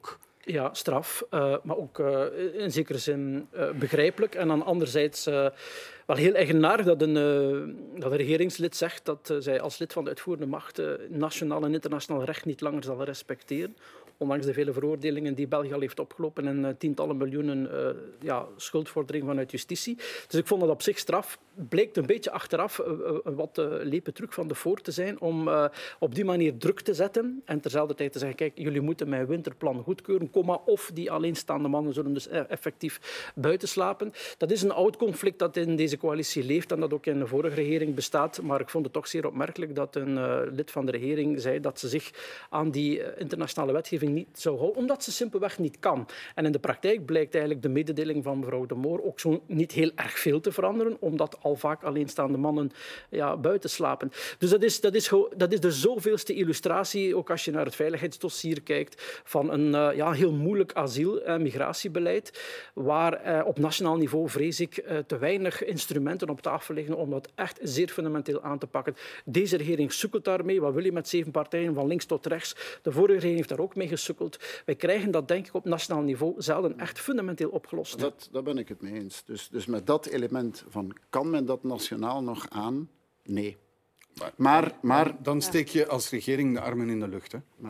Ja, straf, uh, maar ook uh, in zekere zin uh, begrijpelijk. En dan anderzijds uh, wel heel eigenaardig dat een, uh, dat een regeringslid zegt dat uh, zij als lid van de uitvoerende macht uh, nationaal en internationaal recht niet langer zal respecteren. Ondanks de vele veroordelingen die België al heeft opgelopen en uh, tientallen miljoenen uh, ja, schuldvordering vanuit justitie. Dus ik vond dat op zich straf. Blijkt een beetje achteraf uh, een wat uh, lepe truc van de voor te zijn om uh, op die manier druk te zetten en terzelfde tijd te zeggen, kijk, jullie moeten mijn winterplan goedkeuren, comma, of die alleenstaande mannen zullen dus effectief buiten slapen. Dat is een oud conflict dat in deze coalitie leeft en dat ook in de vorige regering bestaat. Maar ik vond het toch zeer opmerkelijk dat een uh, lid van de regering zei dat ze zich aan die uh, internationale wetgeving niet zou houden, omdat ze simpelweg niet kan. En in de praktijk blijkt eigenlijk de mededeling van mevrouw De Moor ook zo niet heel erg veel te veranderen, omdat al vaak alleenstaande mannen ja, buiten slapen. Dus dat is, dat, is, dat is de zoveelste illustratie, ook als je naar het veiligheidsdossier kijkt, van een uh, ja, heel moeilijk asiel- en migratiebeleid, waar uh, op nationaal niveau, vrees ik, uh, te weinig instrumenten op tafel liggen om dat echt zeer fundamenteel aan te pakken. Deze regering sukkelt daarmee. Wat wil je met zeven partijen, van links tot rechts? De vorige regering heeft daar ook mee gesukkeld. Wij krijgen dat, denk ik, op nationaal niveau zelden echt fundamenteel opgelost. Dat, daar ben ik het mee eens. Dus, dus met dat element van, kan men dat nationaal nog aan? Nee. Maar, maar, maar, dan steek je als regering de armen in de lucht. Hè? Maar,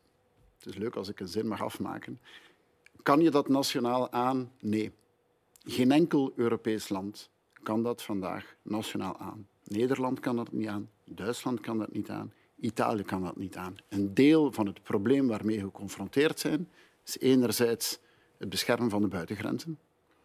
het is leuk als ik een zin mag afmaken. Kan je dat nationaal aan? Nee. Geen enkel Europees land kan dat vandaag nationaal aan. Nederland kan dat niet aan. Duitsland kan dat niet aan. Italië kan dat niet aan. Een deel van het probleem waarmee we geconfronteerd zijn, is enerzijds het beschermen van de buitengrenzen.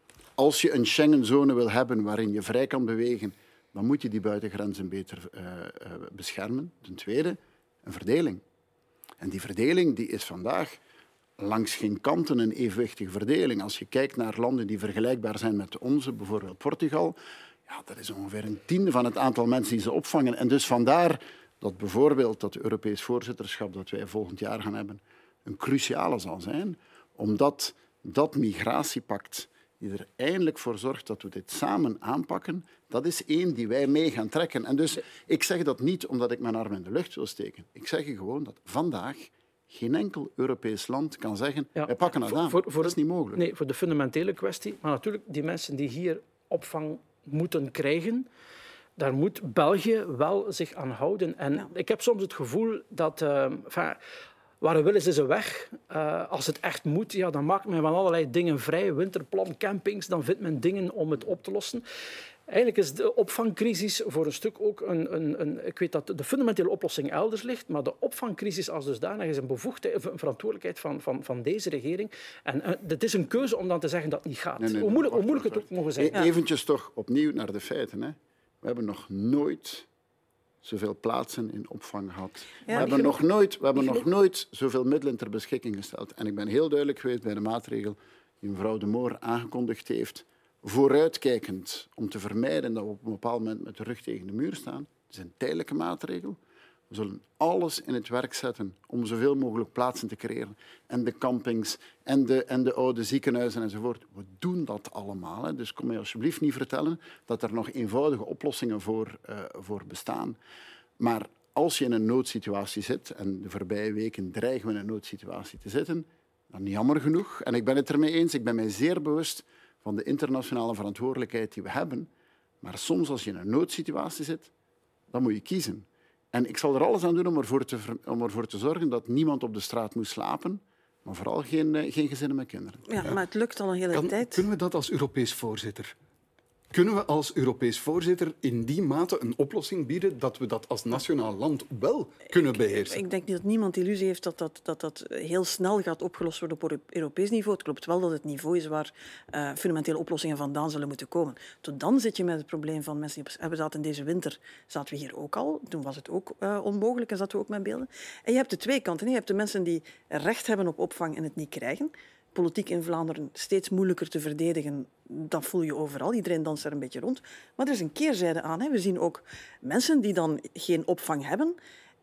Als je een Schengenzone wil hebben waarin je vrij kan bewegen, dan moet je die buitengrenzen beter uh, uh, beschermen. Ten tweede, een verdeling. En die verdeling die is vandaag langs geen kanten een evenwichtige verdeling. Als je kijkt naar landen die vergelijkbaar zijn met onze, bijvoorbeeld Portugal, ja, dat is ongeveer een tiende van het aantal mensen die ze opvangen. En dus vandaar dat bijvoorbeeld dat Europees voorzitterschap dat wij volgend jaar gaan hebben een cruciale zal zijn, omdat dat migratiepact die er eindelijk voor zorgt dat we dit samen aanpakken, dat is één die wij mee gaan trekken. En dus, ik zeg dat niet omdat ik mijn arm in de lucht wil steken. Ik zeg gewoon dat vandaag geen enkel Europees land kan zeggen, ja, wij pakken het aan. Voor, voor dat is niet mogelijk. Nee, voor de fundamentele kwestie. Maar natuurlijk, die mensen die hier opvang moeten krijgen, daar moet België wel zich aan houden. En ja. ik heb soms het gevoel dat... Uh, enfin, waar een wil is, is een weg. Uh, als het echt moet, ja, dan maakt men van allerlei dingen vrij. Winterplan, campings, dan vindt men dingen om het op te lossen. Eigenlijk is de opvangcrisis voor een stuk ook een, een, een... Ik weet dat de fundamentele oplossing elders ligt, maar de opvangcrisis als dusdanig is een bevoegdheid, een verantwoordelijkheid van, van, van deze regering. En uh, het is een keuze om dan te zeggen dat het niet gaat. Nee, nee, hoe moeilijk, hoe moeilijk het ook mogen zijn. E- eventjes toch opnieuw naar de feiten. Hè. We hebben nog nooit zoveel plaatsen in opvang gehad. Ja, we hebben, nog nooit, we hebben nog nooit zoveel middelen ter beschikking gesteld. En ik ben heel duidelijk geweest bij de maatregel die mevrouw De Moor aangekondigd heeft, vooruitkijkend, om te vermijden dat we op een bepaald moment met de rug tegen de muur staan. Het is een tijdelijke maatregel. We zullen alles in het werk zetten om zoveel mogelijk plaatsen te creëren. En de campings en de, en de oude ziekenhuizen enzovoort. We doen dat allemaal. Hè. Dus kom je alsjeblieft niet vertellen dat er nog eenvoudige oplossingen voor, uh, voor bestaan. Maar als je in een noodsituatie zit, en de voorbije weken dreigen we in een noodsituatie te zitten, dan jammer genoeg, en ik ben het ermee eens, ik ben mij zeer bewust van de internationale verantwoordelijkheid die we hebben. Maar soms als je in een noodsituatie zit, dan moet je kiezen. En ik zal er alles aan doen om ervoor te, om ervoor te zorgen dat niemand op de straat moet slapen, maar vooral geen, geen gezinnen met kinderen. Ja, maar het lukt al een hele kan, tijd. Kunnen we dat als Europees voorzitter? Kunnen we als Europees voorzitter in die mate een oplossing bieden dat we dat als nationaal land wel kunnen beheersen? Ik, ik denk niet dat niemand illusie heeft dat dat, dat dat heel snel gaat opgelost worden op Europees niveau. Het klopt wel dat het niveau is waar uh, fundamentele oplossingen vandaan zullen moeten komen. Tot dan zit je met het probleem van mensen die hebben zaten in deze winter, zaten we hier ook al. Toen was het ook uh, onmogelijk en zaten we ook met beelden. En je hebt de twee kanten. Je hebt de mensen die recht hebben op opvang en het niet krijgen. Politiek in Vlaanderen steeds moeilijker te verdedigen, dat voel je overal. Iedereen danst er een beetje rond. Maar er is een keerzijde aan. Hè. We zien ook mensen die dan geen opvang hebben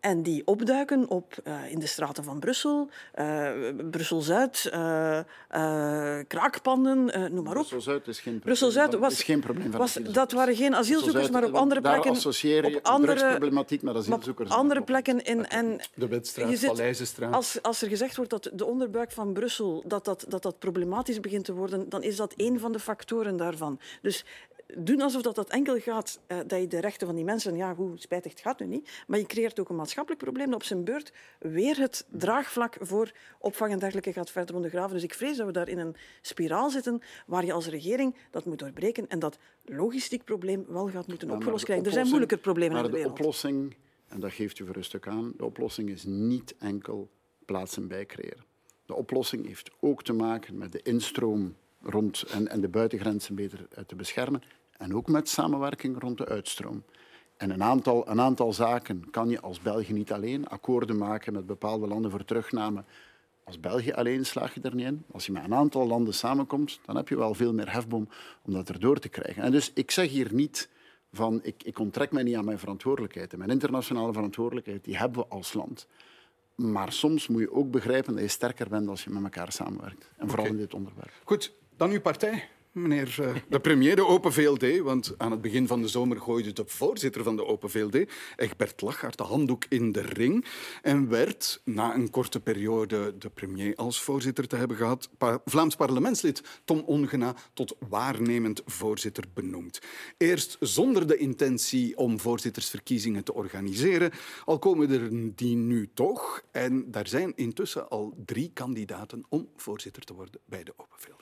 en die opduiken op, uh, in de straten van Brussel, uh, Brussel-Zuid, uh, uh, kraakpanden, uh, noem maar op. Brussel-Zuid is geen probleem, Brussel-Zuid was, is geen probleem van was, dat waren geen asielzoekers, maar op andere plekken... Daar associeer je op andere, drugsproblematiek met asielzoekers. Op andere plekken in... En de Wetstraat, Paleizenstraat. Als, als er gezegd wordt dat de onderbuik van Brussel dat dat, dat dat problematisch begint te worden, dan is dat één van de factoren daarvan. Dus doen alsof dat, dat enkel gaat uh, dat je de rechten van die mensen... Ja, goed, spijtig, het gaat nu niet. Maar je creëert ook een maatschappelijk probleem dat op zijn beurt weer het draagvlak voor opvang en dergelijke gaat verder ondergraven. Dus ik vrees dat we daar in een spiraal zitten waar je als regering dat moet doorbreken en dat logistiek probleem wel gaat moeten ja, opgelost krijgen. Er zijn moeilijker problemen in de wereld. Maar de oplossing, en dat geeft u voor een stuk aan, de oplossing is niet enkel plaatsen bijcreëren. De oplossing heeft ook te maken met de instroom rond en, en de buitengrenzen beter te beschermen. En ook met samenwerking rond de uitstroom. En een aantal, een aantal zaken kan je als België niet alleen. Akkoorden maken met bepaalde landen voor terugname. Als België alleen slaag je er niet in. Als je met een aantal landen samenkomt, dan heb je wel veel meer hefboom om dat erdoor te krijgen. En dus ik zeg hier niet van ik, ik onttrek mij niet aan mijn verantwoordelijkheid. En mijn internationale verantwoordelijkheid die hebben we als land. Maar soms moet je ook begrijpen dat je sterker bent als je met elkaar samenwerkt. En vooral okay. in dit onderwerp. Goed, dan uw partij. Meneer uh, de premier, de Open V L D, want aan het begin van de zomer gooide de voorzitter van de Open V L D, Egbert Lachaert, de handdoek in de ring en werd, na een korte periode de premier als voorzitter te hebben gehad, pa- Vlaams parlementslid Tom Ongena tot waarnemend voorzitter benoemd. Eerst zonder de intentie om voorzittersverkiezingen te organiseren, al komen er die nu toch. En daar zijn intussen al drie kandidaten om voorzitter te worden bij de Open V L D.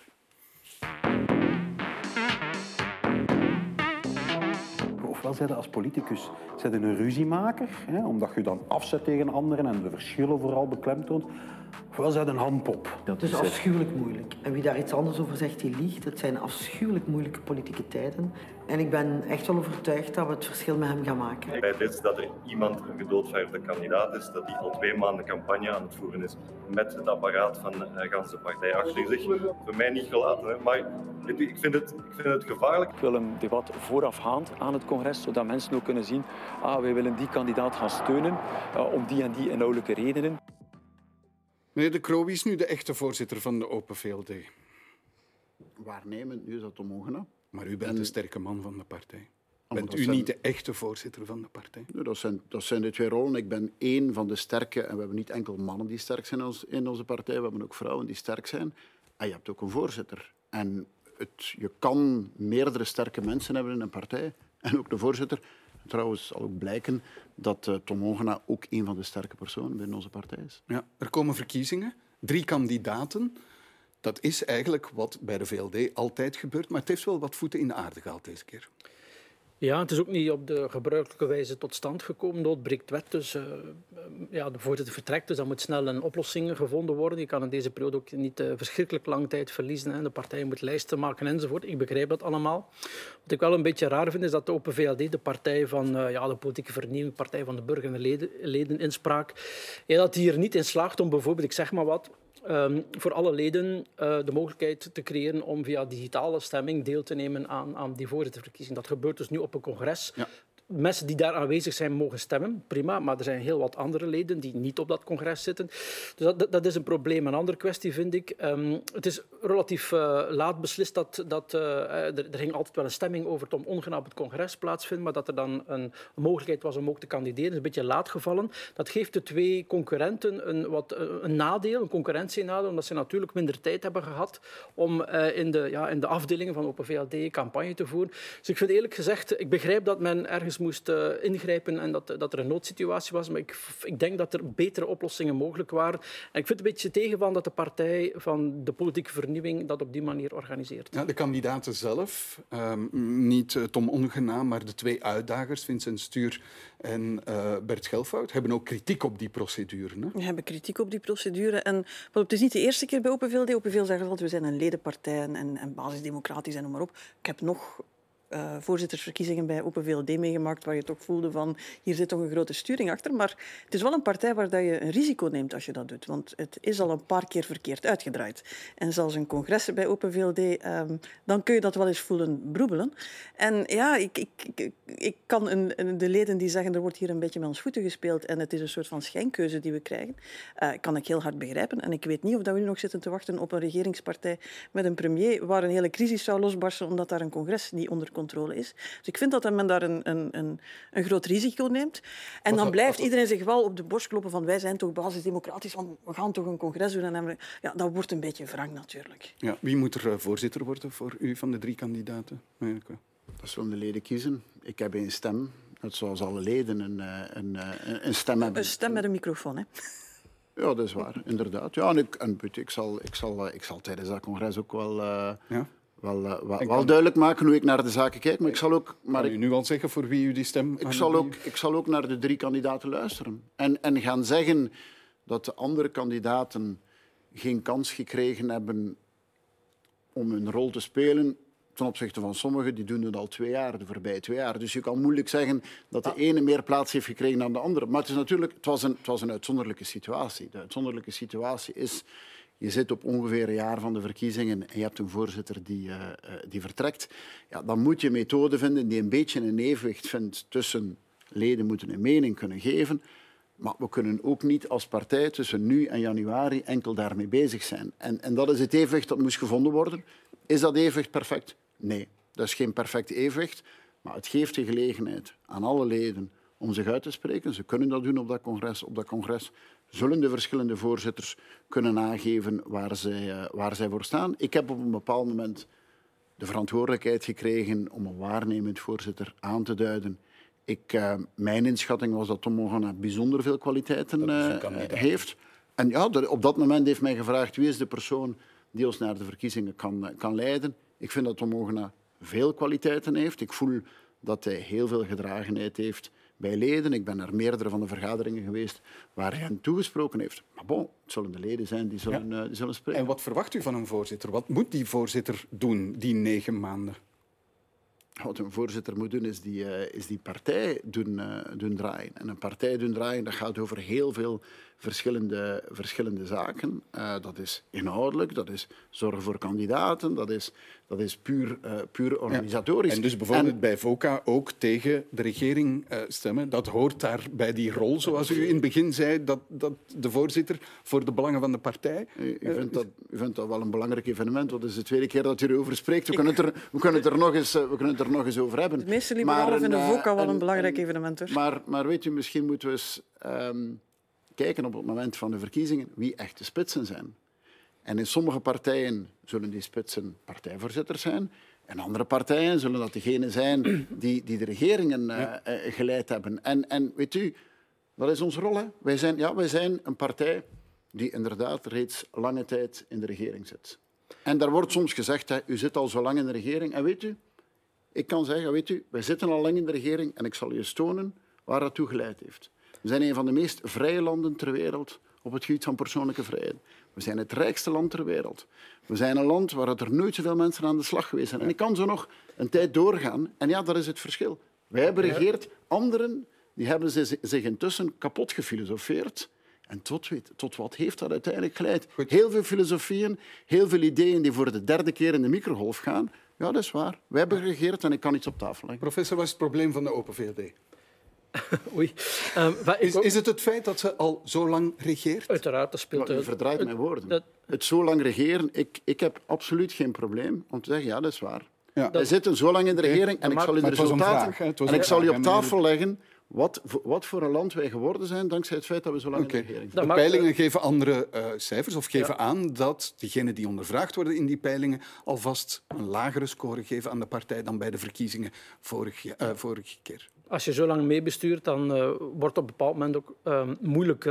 Ofwel zijn je als politicus zijn een ruziemaker, hè, omdat je dan afzet tegen anderen en de verschillen vooral beklemtoont. Ofwel zijn een handpop. Dat is afschuwelijk moeilijk. En wie daar iets anders over zegt, die liegt. Het zijn afschuwelijk moeilijke politieke tijden. En ik ben echt wel overtuigd dat we het verschil met hem gaan maken. Bij dit dat er iemand, een gedoodverfde kandidaat is, dat die al twee maanden campagne aan het voeren is met het apparaat van de uh, ganse partij achter zich. Voor mij niet gelaten, hè. Maar ik vind, het, ik vind het gevaarlijk. Ik wil een debat voorafgaand aan het congres, zodat mensen ook kunnen zien, ah, wij willen die kandidaat gaan steunen uh, om die en die inhoudelijke redenen. Meneer De Croo, wie is nu de echte voorzitter van de Open V L D? Waarnemend, nu is dat Tom Ongena. Maar u bent en... de sterke man van de partij. Bent u zijn... niet de echte voorzitter van de partij? Nee, dat, zijn, dat zijn de twee rollen. Ik ben één van de sterke, en we hebben niet enkel mannen die sterk zijn in, ons, in onze partij, we hebben ook vrouwen die sterk zijn. En je hebt ook een voorzitter. En het, je kan meerdere sterke mensen hebben in een partij, en ook de voorzitter. Trouwens zal ook blijken dat uh, Tom Ongena ook een van de sterke personen binnen onze partij is. Ja, er komen verkiezingen, drie kandidaten. Dat is eigenlijk wat bij de V L D altijd gebeurt, maar het heeft wel wat voeten in de aarde gehaald deze keer. Ja, het is ook niet op de gebruikelijke wijze tot stand gekomen. Nood breekt wet, dus uh, ja, de voorzitter vertrekt, dus dan moet snel een oplossing gevonden worden. Je kan in deze periode ook niet uh, verschrikkelijk lang tijd verliezen. Hè. De partij moet lijsten maken enzovoort. Ik begrijp dat allemaal. Wat ik wel een beetje raar vind, is dat de Open V L D, de partij van uh, ja, de politieke vernieuwing, partij van de burger en de leden, leden inspraak, ja, dat die er niet in slaagt om bijvoorbeeld, ik zeg maar wat, Um, voor alle leden uh, de mogelijkheid te creëren om via digitale stemming deel te nemen aan, aan die voorzitterverkiezing. Dat gebeurt dus nu op een congres. Ja. Mensen die daar aanwezig zijn mogen stemmen, prima, maar er zijn heel wat andere leden die niet op dat congres zitten. Dus dat, dat is een probleem. Een andere kwestie vind ik, um, het is relatief uh, laat beslist dat, dat uh, er, er ging altijd wel een stemming over Tom Ongena op het congres plaatsvinden, maar dat er dan een, een mogelijkheid was om ook te kandideren. Dat is een beetje laat gevallen. Dat geeft de twee concurrenten een, wat, een nadeel, een concurrentienadeel, omdat ze natuurlijk minder tijd hebben gehad om uh, in, de, ja, in de afdelingen van Open V L D campagne te voeren. Dus ik vind eerlijk gezegd, ik begrijp dat men ergens moest uh, ingrijpen en dat, dat er een noodsituatie was. Maar ik, ik denk dat er betere oplossingen mogelijk waren. En ik vind het een beetje tegenvallen dat de partij van de politieke vernieuwing dat op die manier organiseert. Ja, de kandidaten zelf, um, niet uh, Tom Ongena, maar de twee uitdagers, Vincent Stuur en uh, Bert Schelfhout, hebben ook kritiek op die procedure. Hè? We hebben kritiek op die procedure. En, het is niet de eerste keer bij Open V L D. Open V L D zeggen altijd, we zijn een ledenpartij en, en basisdemocratisch en noem maar op. Ik heb nog uh, voorzittersverkiezingen bij Open V L D meegemaakt, waar je toch voelde van hier zit toch een grote sturing achter. Maar het is wel een partij waar dat je een risico neemt als je dat doet. Want het is al een paar keer verkeerd uitgedraaid. En zelfs een congres bij Open V L D, um, dan kun je dat wel eens voelen broebelen. En ja, ik, ik, ik, ik kan een, een, de leden die zeggen er wordt hier een beetje met ons voeten gespeeld en het is een soort van schijnkeuze die we krijgen, uh, kan ik heel hard begrijpen. En ik weet niet of dat we nu nog zitten te wachten op een regeringspartij met een premier waar een hele crisis zou losbarsten omdat daar een congres niet onder controle is. Dus ik vind dat men daar een, een, een, een groot risico neemt. En dan blijft iedereen zich wel op de borst kloppen van wij zijn toch basisdemocratisch, want we gaan toch een congres doen. En ja, dat wordt een beetje wrang natuurlijk. Ja, wie moet er voorzitter worden voor u van de drie kandidaten? Dat zullen de leden kiezen. Ik heb één stem. Net zoals alle leden een, een, een, een stem hebben. Een stem met een microfoon, hè? Ja, dat is waar, inderdaad. Ja, en ik, en, ik, zal, ik, zal, ik zal tijdens dat congres ook wel, uh, ja. wel, uh, wel, wel duidelijk maken hoe ik naar de zaken kijk. Maar ik zal ook... Maar kan u nu al zeggen voor wie u die stem... Ik zal ook, ik zal ook naar de drie kandidaten luisteren. En, en gaan zeggen dat de andere kandidaten geen kans gekregen hebben om hun rol te spelen... Ten opzichte van sommigen, die doen het al twee jaar, de voorbije twee jaar. Dus je kan moeilijk zeggen dat de ene meer plaats heeft gekregen dan de andere. Maar het, is natuurlijk, het, was een, het was een uitzonderlijke situatie. De uitzonderlijke situatie is, je zit op ongeveer een jaar van de verkiezingen en je hebt een voorzitter die, uh, die vertrekt. Ja, dan moet je een methode vinden die een beetje een evenwicht vindt tussen leden moeten een mening kunnen geven. Maar we kunnen ook niet als partij tussen nu en januari enkel daarmee bezig zijn. En, en dat is het evenwicht dat moest gevonden worden. Is dat evenwicht perfect? Nee, dat is geen perfect evenwicht. Maar het geeft de gelegenheid aan alle leden om zich uit te spreken. Ze kunnen dat doen op dat congres. Op dat congres zullen de verschillende voorzitters kunnen aangeven waar zij, uh, waar zij voor staan. Ik heb op een bepaald moment de verantwoordelijkheid gekregen om een waarnemend voorzitter aan te duiden. Ik, uh, mijn inschatting was dat Tom Mogana bijzonder veel kwaliteiten uh, heeft. En ja, op dat moment heeft mij gevraagd wie is de persoon die ons naar de verkiezingen kan, kan leiden. Ik vind dat Tom Mogana veel kwaliteiten heeft. Ik voel dat hij heel veel gedragenheid heeft bij leden. Ik ben naar meerdere van de vergaderingen geweest waar hij hen toegesproken heeft. Maar bon, het zullen de leden zijn die zullen, ja. uh, die zullen spreken. En wat verwacht u van een voorzitter? Wat moet die voorzitter doen, die negen maanden? Wat een voorzitter moet doen, is die, uh, is die partij doen, uh, doen draaien. En een partij doen draaien, dat gaat over heel veel verschillende, verschillende zaken. Uh, dat is inhoudelijk, dat is zorgen voor kandidaten, dat is, dat is puur, uh, puur organisatorisch. Ja. En dus bijvoorbeeld en... bij VOCA ook tegen de regering uh, stemmen. Dat hoort daar bij die rol, zoals u in het begin zei, dat, dat de voorzitter voor de belangen van de partij... U, u, vindt, dat, u vindt dat wel een belangrijk evenement. Dat is de tweede keer dat u erover spreekt. We kunnen het er, we kunnen het er, nog, eens, we kunnen het er nog eens over hebben. De meeste liberalen vinden VOCA wel een, een belangrijk een, evenement. Hoor. Maar, maar weet u, misschien moeten we eens... Um, kijken op het moment van de verkiezingen wie echt de spitsen zijn. En in sommige partijen zullen die spitsen partijvoorzitters zijn. En andere partijen zullen dat degenen zijn die, die de regeringen uh, ja. uh, geleid hebben. En, en weet u, dat is onze rol. Hè? Wij, zijn, ja, wij zijn een partij die inderdaad reeds lange tijd in de regering zit. En daar wordt soms gezegd, hè, u zit al zo lang in de regering. En weet u, ik kan zeggen, weet u, wij zitten al lang in de regering en ik zal u eens tonen waar dat toe geleid heeft. We zijn een van de meest vrije landen ter wereld op het gebied van persoonlijke vrijheid. We zijn het rijkste land ter wereld. We zijn een land waar er nooit zoveel mensen aan de slag geweest zijn. En ik kan zo nog een tijd doorgaan. En ja, dat is het verschil. Wij hebben regeerd, anderen die hebben zich intussen kapot gefilosofeerd. En tot, weet, tot wat heeft dat uiteindelijk geleid? Goed. Heel veel filosofieën, heel veel ideeën die voor de derde keer in de microgolf gaan. Ja, dat is waar. Wij hebben geregeerd en ik kan iets op tafel leggen. Professor, wat is het probleem van de Open V L D? Oei. Um, is, is het het feit dat ze al zo lang regeert? Uiteraard, dat speelt... U verdraait het, mijn woorden. Dat... Het zo lang regeren, ik, ik heb absoluut geen probleem om te zeggen, ja, dat is waar. Ja. Wij dat... zitten zo lang in de regering en ik zal u de resultaten... Vraag, en ik zal u op tafel leggen wat, wat voor een land wij geworden zijn dankzij het feit dat we zo lang okay. in de regering zijn. De peilingen geven andere uh, cijfers of geven ja. aan dat diegenen die ondervraagd worden in die peilingen alvast een lagere score geven aan de partij dan bij de verkiezingen vorige, uh, vorige keer. Als je zo lang meebestuurt, dan uh, wordt het op een bepaald moment ook uh, moeilijker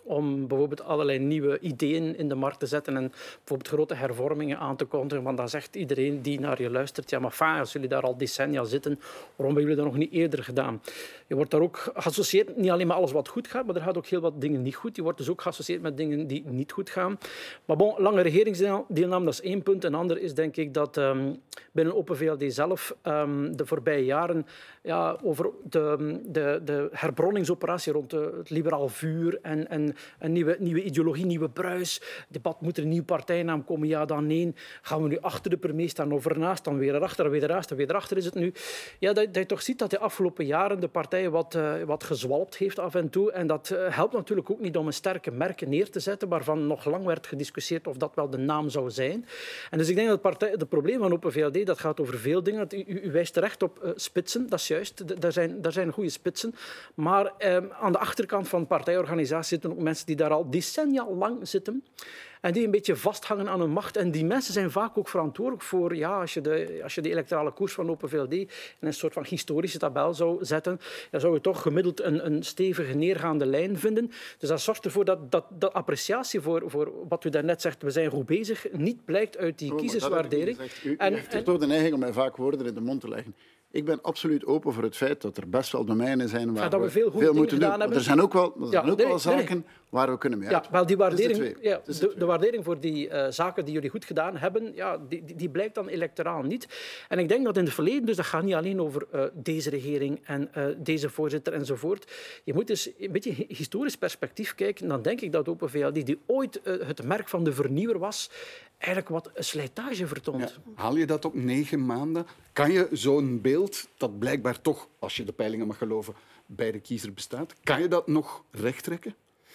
om bijvoorbeeld allerlei nieuwe ideeën in de markt te zetten en bijvoorbeeld grote hervormingen aan te kondigen. Want dan zegt iedereen die naar je luistert, ja, maar fijn, als jullie daar al decennia zitten, waarom hebben jullie dat nog niet eerder gedaan? Je wordt daar ook geassocieerd, niet alleen met alles wat goed gaat, maar er gaat ook heel wat dingen niet goed. Je wordt dus ook geassocieerd met dingen die niet goed gaan. Maar bon, lange regeringsdeelname, dat is één punt. Een ander is denk ik dat um, binnen Open V L D zelf um, de voorbije jaren ja, over de, de, de herbronningsoperatie rond de, het liberaal vuur en, en een nieuwe, nieuwe ideologie, nieuwe bruis. Debat, moet er een nieuwe partijnaam komen? Ja, dan nee. Gaan we nu achter de premier staan of ernaast, dan weer erachter, dan weer erachter, dan weer erachter is het nu. Ja, dat, dat je toch ziet dat de afgelopen jaren de partij wat, uh, wat gezwalpt heeft af en toe. En dat uh, helpt natuurlijk ook niet om een sterke merk neer te zetten waarvan nog lang werd gediscussieerd of dat wel de naam zou zijn. En dus ik denk dat het, partij, het probleem van Open V L D, dat gaat over veel dingen. U, u wijst terecht op uh, spitsen, dat is juist. Daar zijn, daar zijn goede spitsen. Maar uh, aan de achterkant van partijorganisaties zitten ook mensen die daar al decennia lang zitten. En die een beetje vasthangen aan hun macht. En die mensen zijn vaak ook verantwoordelijk voor, ja, als je de, als je de electorale koers van Open V L D in een soort van historische tabel zou zetten, dan zou je toch gemiddeld een, een stevige neergaande lijn vinden. Dus dat zorgt ervoor dat, dat, dat appreciatie voor, voor wat u daarnet zegt, we zijn goed bezig, niet blijkt uit die oh, kiezerswaardering. U, u en, heeft er toch de neiging om mij vaak woorden in de mond te leggen. Ik ben absoluut open voor het feit dat er best wel domeinen zijn waar ja, we, we veel, veel moeten doen. Hebben. Er zijn ook wel, er zijn ja, ook nee, wel zaken nee, nee. waar we kunnen mee uit. Ja, wel die waardering, de, ja, de, de, de waardering voor die uh, zaken die jullie goed gedaan hebben, ja, die, die, die blijkt dan electoraal niet. En ik denk dat in het verleden, dus dat gaat niet alleen over uh, deze regering en uh, deze voorzitter enzovoort. Je moet dus een beetje historisch perspectief kijken. Dan denk ik dat Open V L D, die ooit uh, het merk van de vernieuwer was, eigenlijk wat een slijtage vertoont. Ja. Haal je dat op negen maanden? Kan je zo'n beeld, dat blijkbaar toch, als je de peilingen mag geloven, bij de kiezer bestaat, kan je dat nog rechttrekken?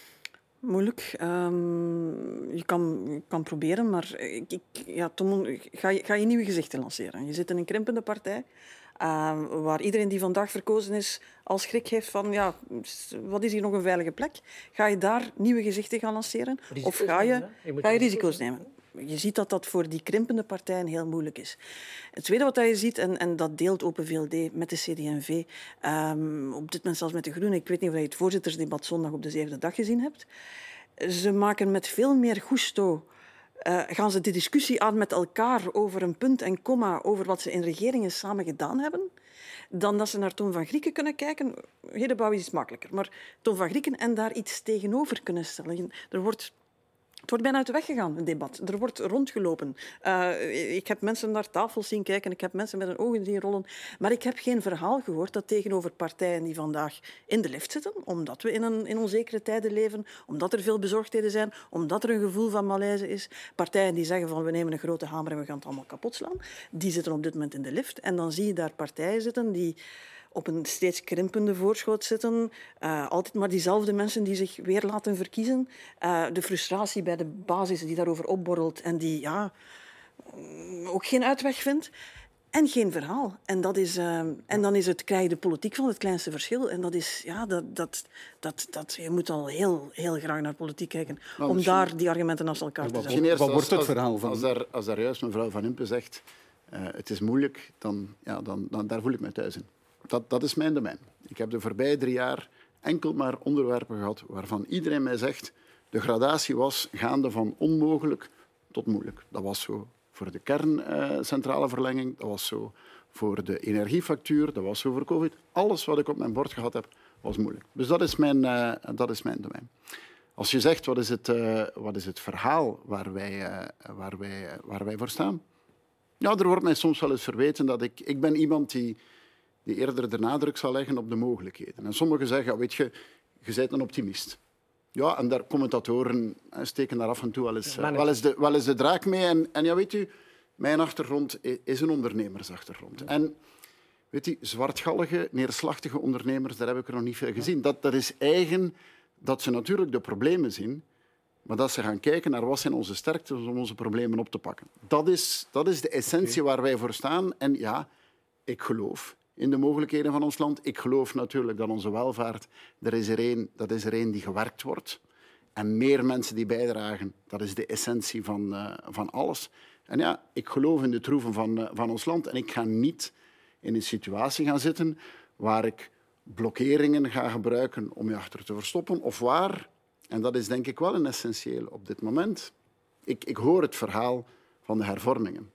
Moeilijk. Um, je, kan, je kan proberen, maar ik, ik, ja, Tom, ga, je, ga je nieuwe gezichten lanceren. Je zit in een krimpende partij, uh, waar iedereen die vandaag verkozen is al schrik heeft van, ja, wat is hier nog een veilige plek? Ga je daar nieuwe gezichten gaan lanceren? Risico's of ga je, je ga je risico's nemen? Je ziet dat dat voor die krimpende partijen heel moeilijk is. Het tweede wat je ziet, en, en dat deelt Open V L D met de C D en V, um, op dit moment zelfs met de Groenen, ik weet niet of je het voorzittersdebat zondag op de zevende dag gezien hebt, ze maken met veel meer gusto, uh, gaan ze de discussie aan met elkaar over een punt en komma, over wat ze in regeringen samen gedaan hebben, dan dat ze naar Toon van Grieken kunnen kijken. Hedebouw is iets makkelijker, maar Toon van Grieken en daar iets tegenover kunnen stellen. Er wordt... Het wordt bijna uit de weg gegaan, een debat. Er wordt rondgelopen. Uh, ik heb mensen naar tafels zien kijken, ik heb mensen met hun ogen zien rollen. Maar ik heb geen verhaal gehoord dat tegenover partijen die vandaag in de lift zitten, omdat we in, een, in onzekere tijden leven, omdat er veel bezorgdheden zijn, omdat er een gevoel van malaise is. Partijen die zeggen van we nemen een grote hamer en we gaan het allemaal kapot slaan. Die zitten op dit moment in de lift. En dan zie je daar partijen zitten die op een steeds krimpende voorschoot zitten. Uh, altijd maar diezelfde mensen die zich weer laten verkiezen. Uh, de frustratie bij de basis die daarover opborrelt en die ja, ook geen uitweg vindt. En geen verhaal. En, dat is, uh, en dan is het, krijg je de politiek van het kleinste verschil. En dat is, ja, dat, dat, dat, dat, je moet al heel, heel graag naar politiek kijken nou, om daar die argumenten naast elkaar te zetten. Wat, wat wordt het verhaal van? Als daar, als daar juist mevrouw Van Impe zegt, uh, het is moeilijk, dan, ja, dan, dan daar voel ik mij thuis in. Dat, dat is mijn domein. Ik heb de voorbije drie jaar enkel maar onderwerpen gehad waarvan iedereen mij zegt de gradatie was gaande van onmogelijk tot moeilijk. Dat was zo voor de kerncentrale verlenging, dat was zo voor de energiefactuur, dat was zo voor COVID. Alles wat ik op mijn bord gehad heb, was moeilijk. Dus dat is mijn, uh, dat is mijn domein. Als je zegt, wat is het, uh, wat is het verhaal waar wij, uh, waar, wij, uh, waar wij voor staan? Ja, er wordt mij soms wel eens verweten dat ik... Ik ben iemand die... die eerder de nadruk zal leggen op de mogelijkheden. En sommigen zeggen, weet je, je bent een optimist. Ja, en daar commentatoren steken daar af en toe wel eens, ja, wel eens, de, wel eens de draak mee. En, en ja, weet u, mijn achtergrond is een ondernemersachtergrond. En weet u, zwartgallige, neerslachtige ondernemers, daar heb ik er nog niet veel gezien. Dat, dat is eigen dat ze natuurlijk de problemen zien, maar dat ze gaan kijken naar wat zijn onze sterktes om onze problemen op te pakken. Dat is, dat is de essentie waar wij voor staan. En ja, ik geloof in de mogelijkheden van ons land. Ik geloof natuurlijk dat onze welvaart, er is er één, dat is er één die gewerkt wordt. En meer mensen die bijdragen, dat is de essentie van, uh, van alles. En ja, ik geloof in de troeven van, uh, van ons land. En ik ga niet in een situatie gaan zitten waar ik blokkeringen ga gebruiken om je achter te verstoppen of waar en dat is denk ik wel een essentieel op dit moment. Ik, ik hoor het verhaal van de hervormingen.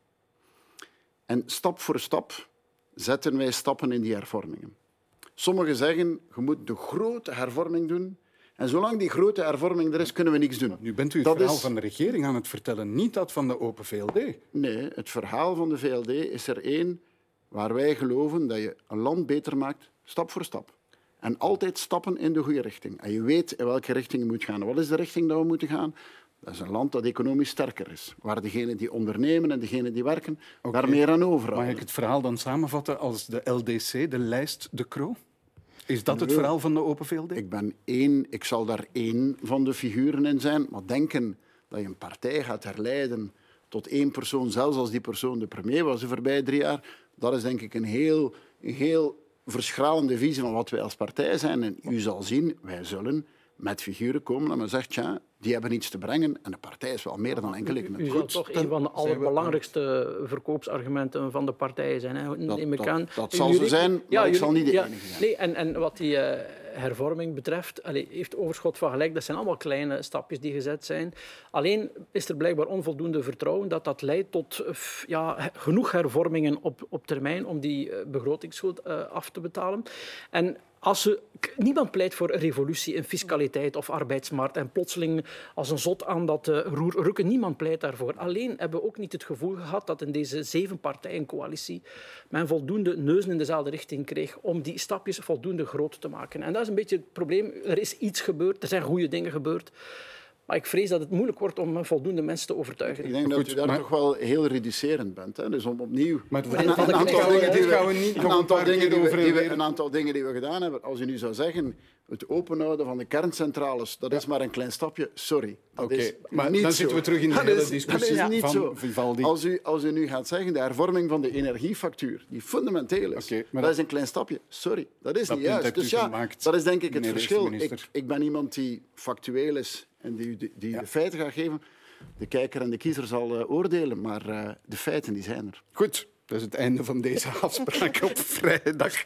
En stap voor stap zetten wij stappen in die hervormingen. Sommigen zeggen, je moet de grote hervorming doen. En zolang die grote hervorming er is, kunnen we niks doen. Nu bent u het dat verhaal is... van de regering aan het vertellen, niet dat van de Open V L D. Nee, het verhaal van de V L D is er één waar wij geloven dat je een land beter maakt, stap voor stap. En altijd stappen in de goede richting. En je weet in welke richting je moet gaan. Wat is de richting dat we moeten gaan? Dat is een land dat economisch sterker is. Waar degenen die ondernemen en degenen die werken okay. daar meer aan overhouden. Mag ik het verhaal dan samenvatten als de L D C, de lijst De Croo? Is dat het verhaal van de Open V L D? Ik ben één, ik zal daar één van de figuren in zijn. Maar denken dat je een partij gaat herleiden tot één persoon, zelfs als die persoon de premier was de voorbije drie jaar, dat is denk ik een heel, een heel verschralende visie van wat wij als partij zijn. En u zal zien, wij zullen met figuren komen en men zegt, ja, die hebben iets te brengen en de partij is wel meer dan enkel ik. U zal toch een van de allerbelangrijkste verkoopsargumenten van de partij zijn. Hè? Dat, Neem ik dat, aan. dat zal zo zijn, maar ja, ik zal niet de ja, enige zijn. Nee, en, en wat die uh, hervorming betreft, allee, heeft overschot van gelijk. Dat zijn allemaal kleine stapjes die gezet zijn. Alleen is er blijkbaar onvoldoende vertrouwen dat dat leidt tot ja, genoeg hervormingen op, op termijn om die uh, begrotingsschuld uh, af te betalen. En als we, niemand pleit voor een revolutie in fiscaliteit of arbeidsmarkt en plotseling als een zot aan dat uh, roer rukken. Niemand pleit daarvoor. Alleen hebben we ook niet het gevoel gehad dat in deze zeven partijencoalitie men voldoende neuzen in dezelfde richting kreeg om die stapjes voldoende groot te maken. En dat is een beetje het probleem. Er is iets gebeurd, er zijn goede dingen gebeurd. Maar ik vrees dat het moeilijk wordt om voldoende mensen te overtuigen. Ik denk dat Goed, u daar maar... toch wel heel reducerend bent. Hè? Dus om opnieuw... Maar een, een, een aantal dingen die we, niet een aantal dingen die we, die we, een aantal dingen die we gedaan hebben. Als u nu zou zeggen, het openhouden van de kerncentrales, dat ja. is maar een klein stapje. Sorry. Oké, okay. maar dan zo. zitten we terug in de dat hele is, discussie dat is niet van zo. Vivaldi. Als u, als u nu gaat zeggen, de hervorming van de energiefactuur, die fundamenteel is, okay, dat, dat is een klein stapje. Sorry, dat is dat niet juist. Dus ja, gemaakt, dat is denk ik het verschil. Ik, ik ben iemand die factueel is en die, die, die ja. de feiten gaat geven. De kijker en de kiezer zal uh, oordelen, maar uh, de feiten die zijn er. Goed. Dat is het einde van deze afspraak op vrijdag.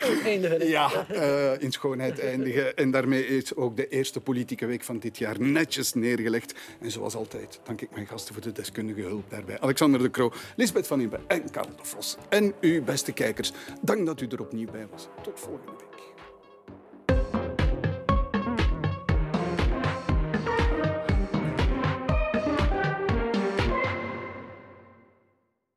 Ja, uh, in schoonheid eindigen. En daarmee is ook de eerste politieke week van dit jaar netjes neergelegd. En zoals altijd dank ik mijn gasten voor de deskundige hulp daarbij. Alexander De Croo, Lisbeth Van Impe en Karel de Vos. En u, beste kijkers, dank dat u er opnieuw bij was. Tot volgende week.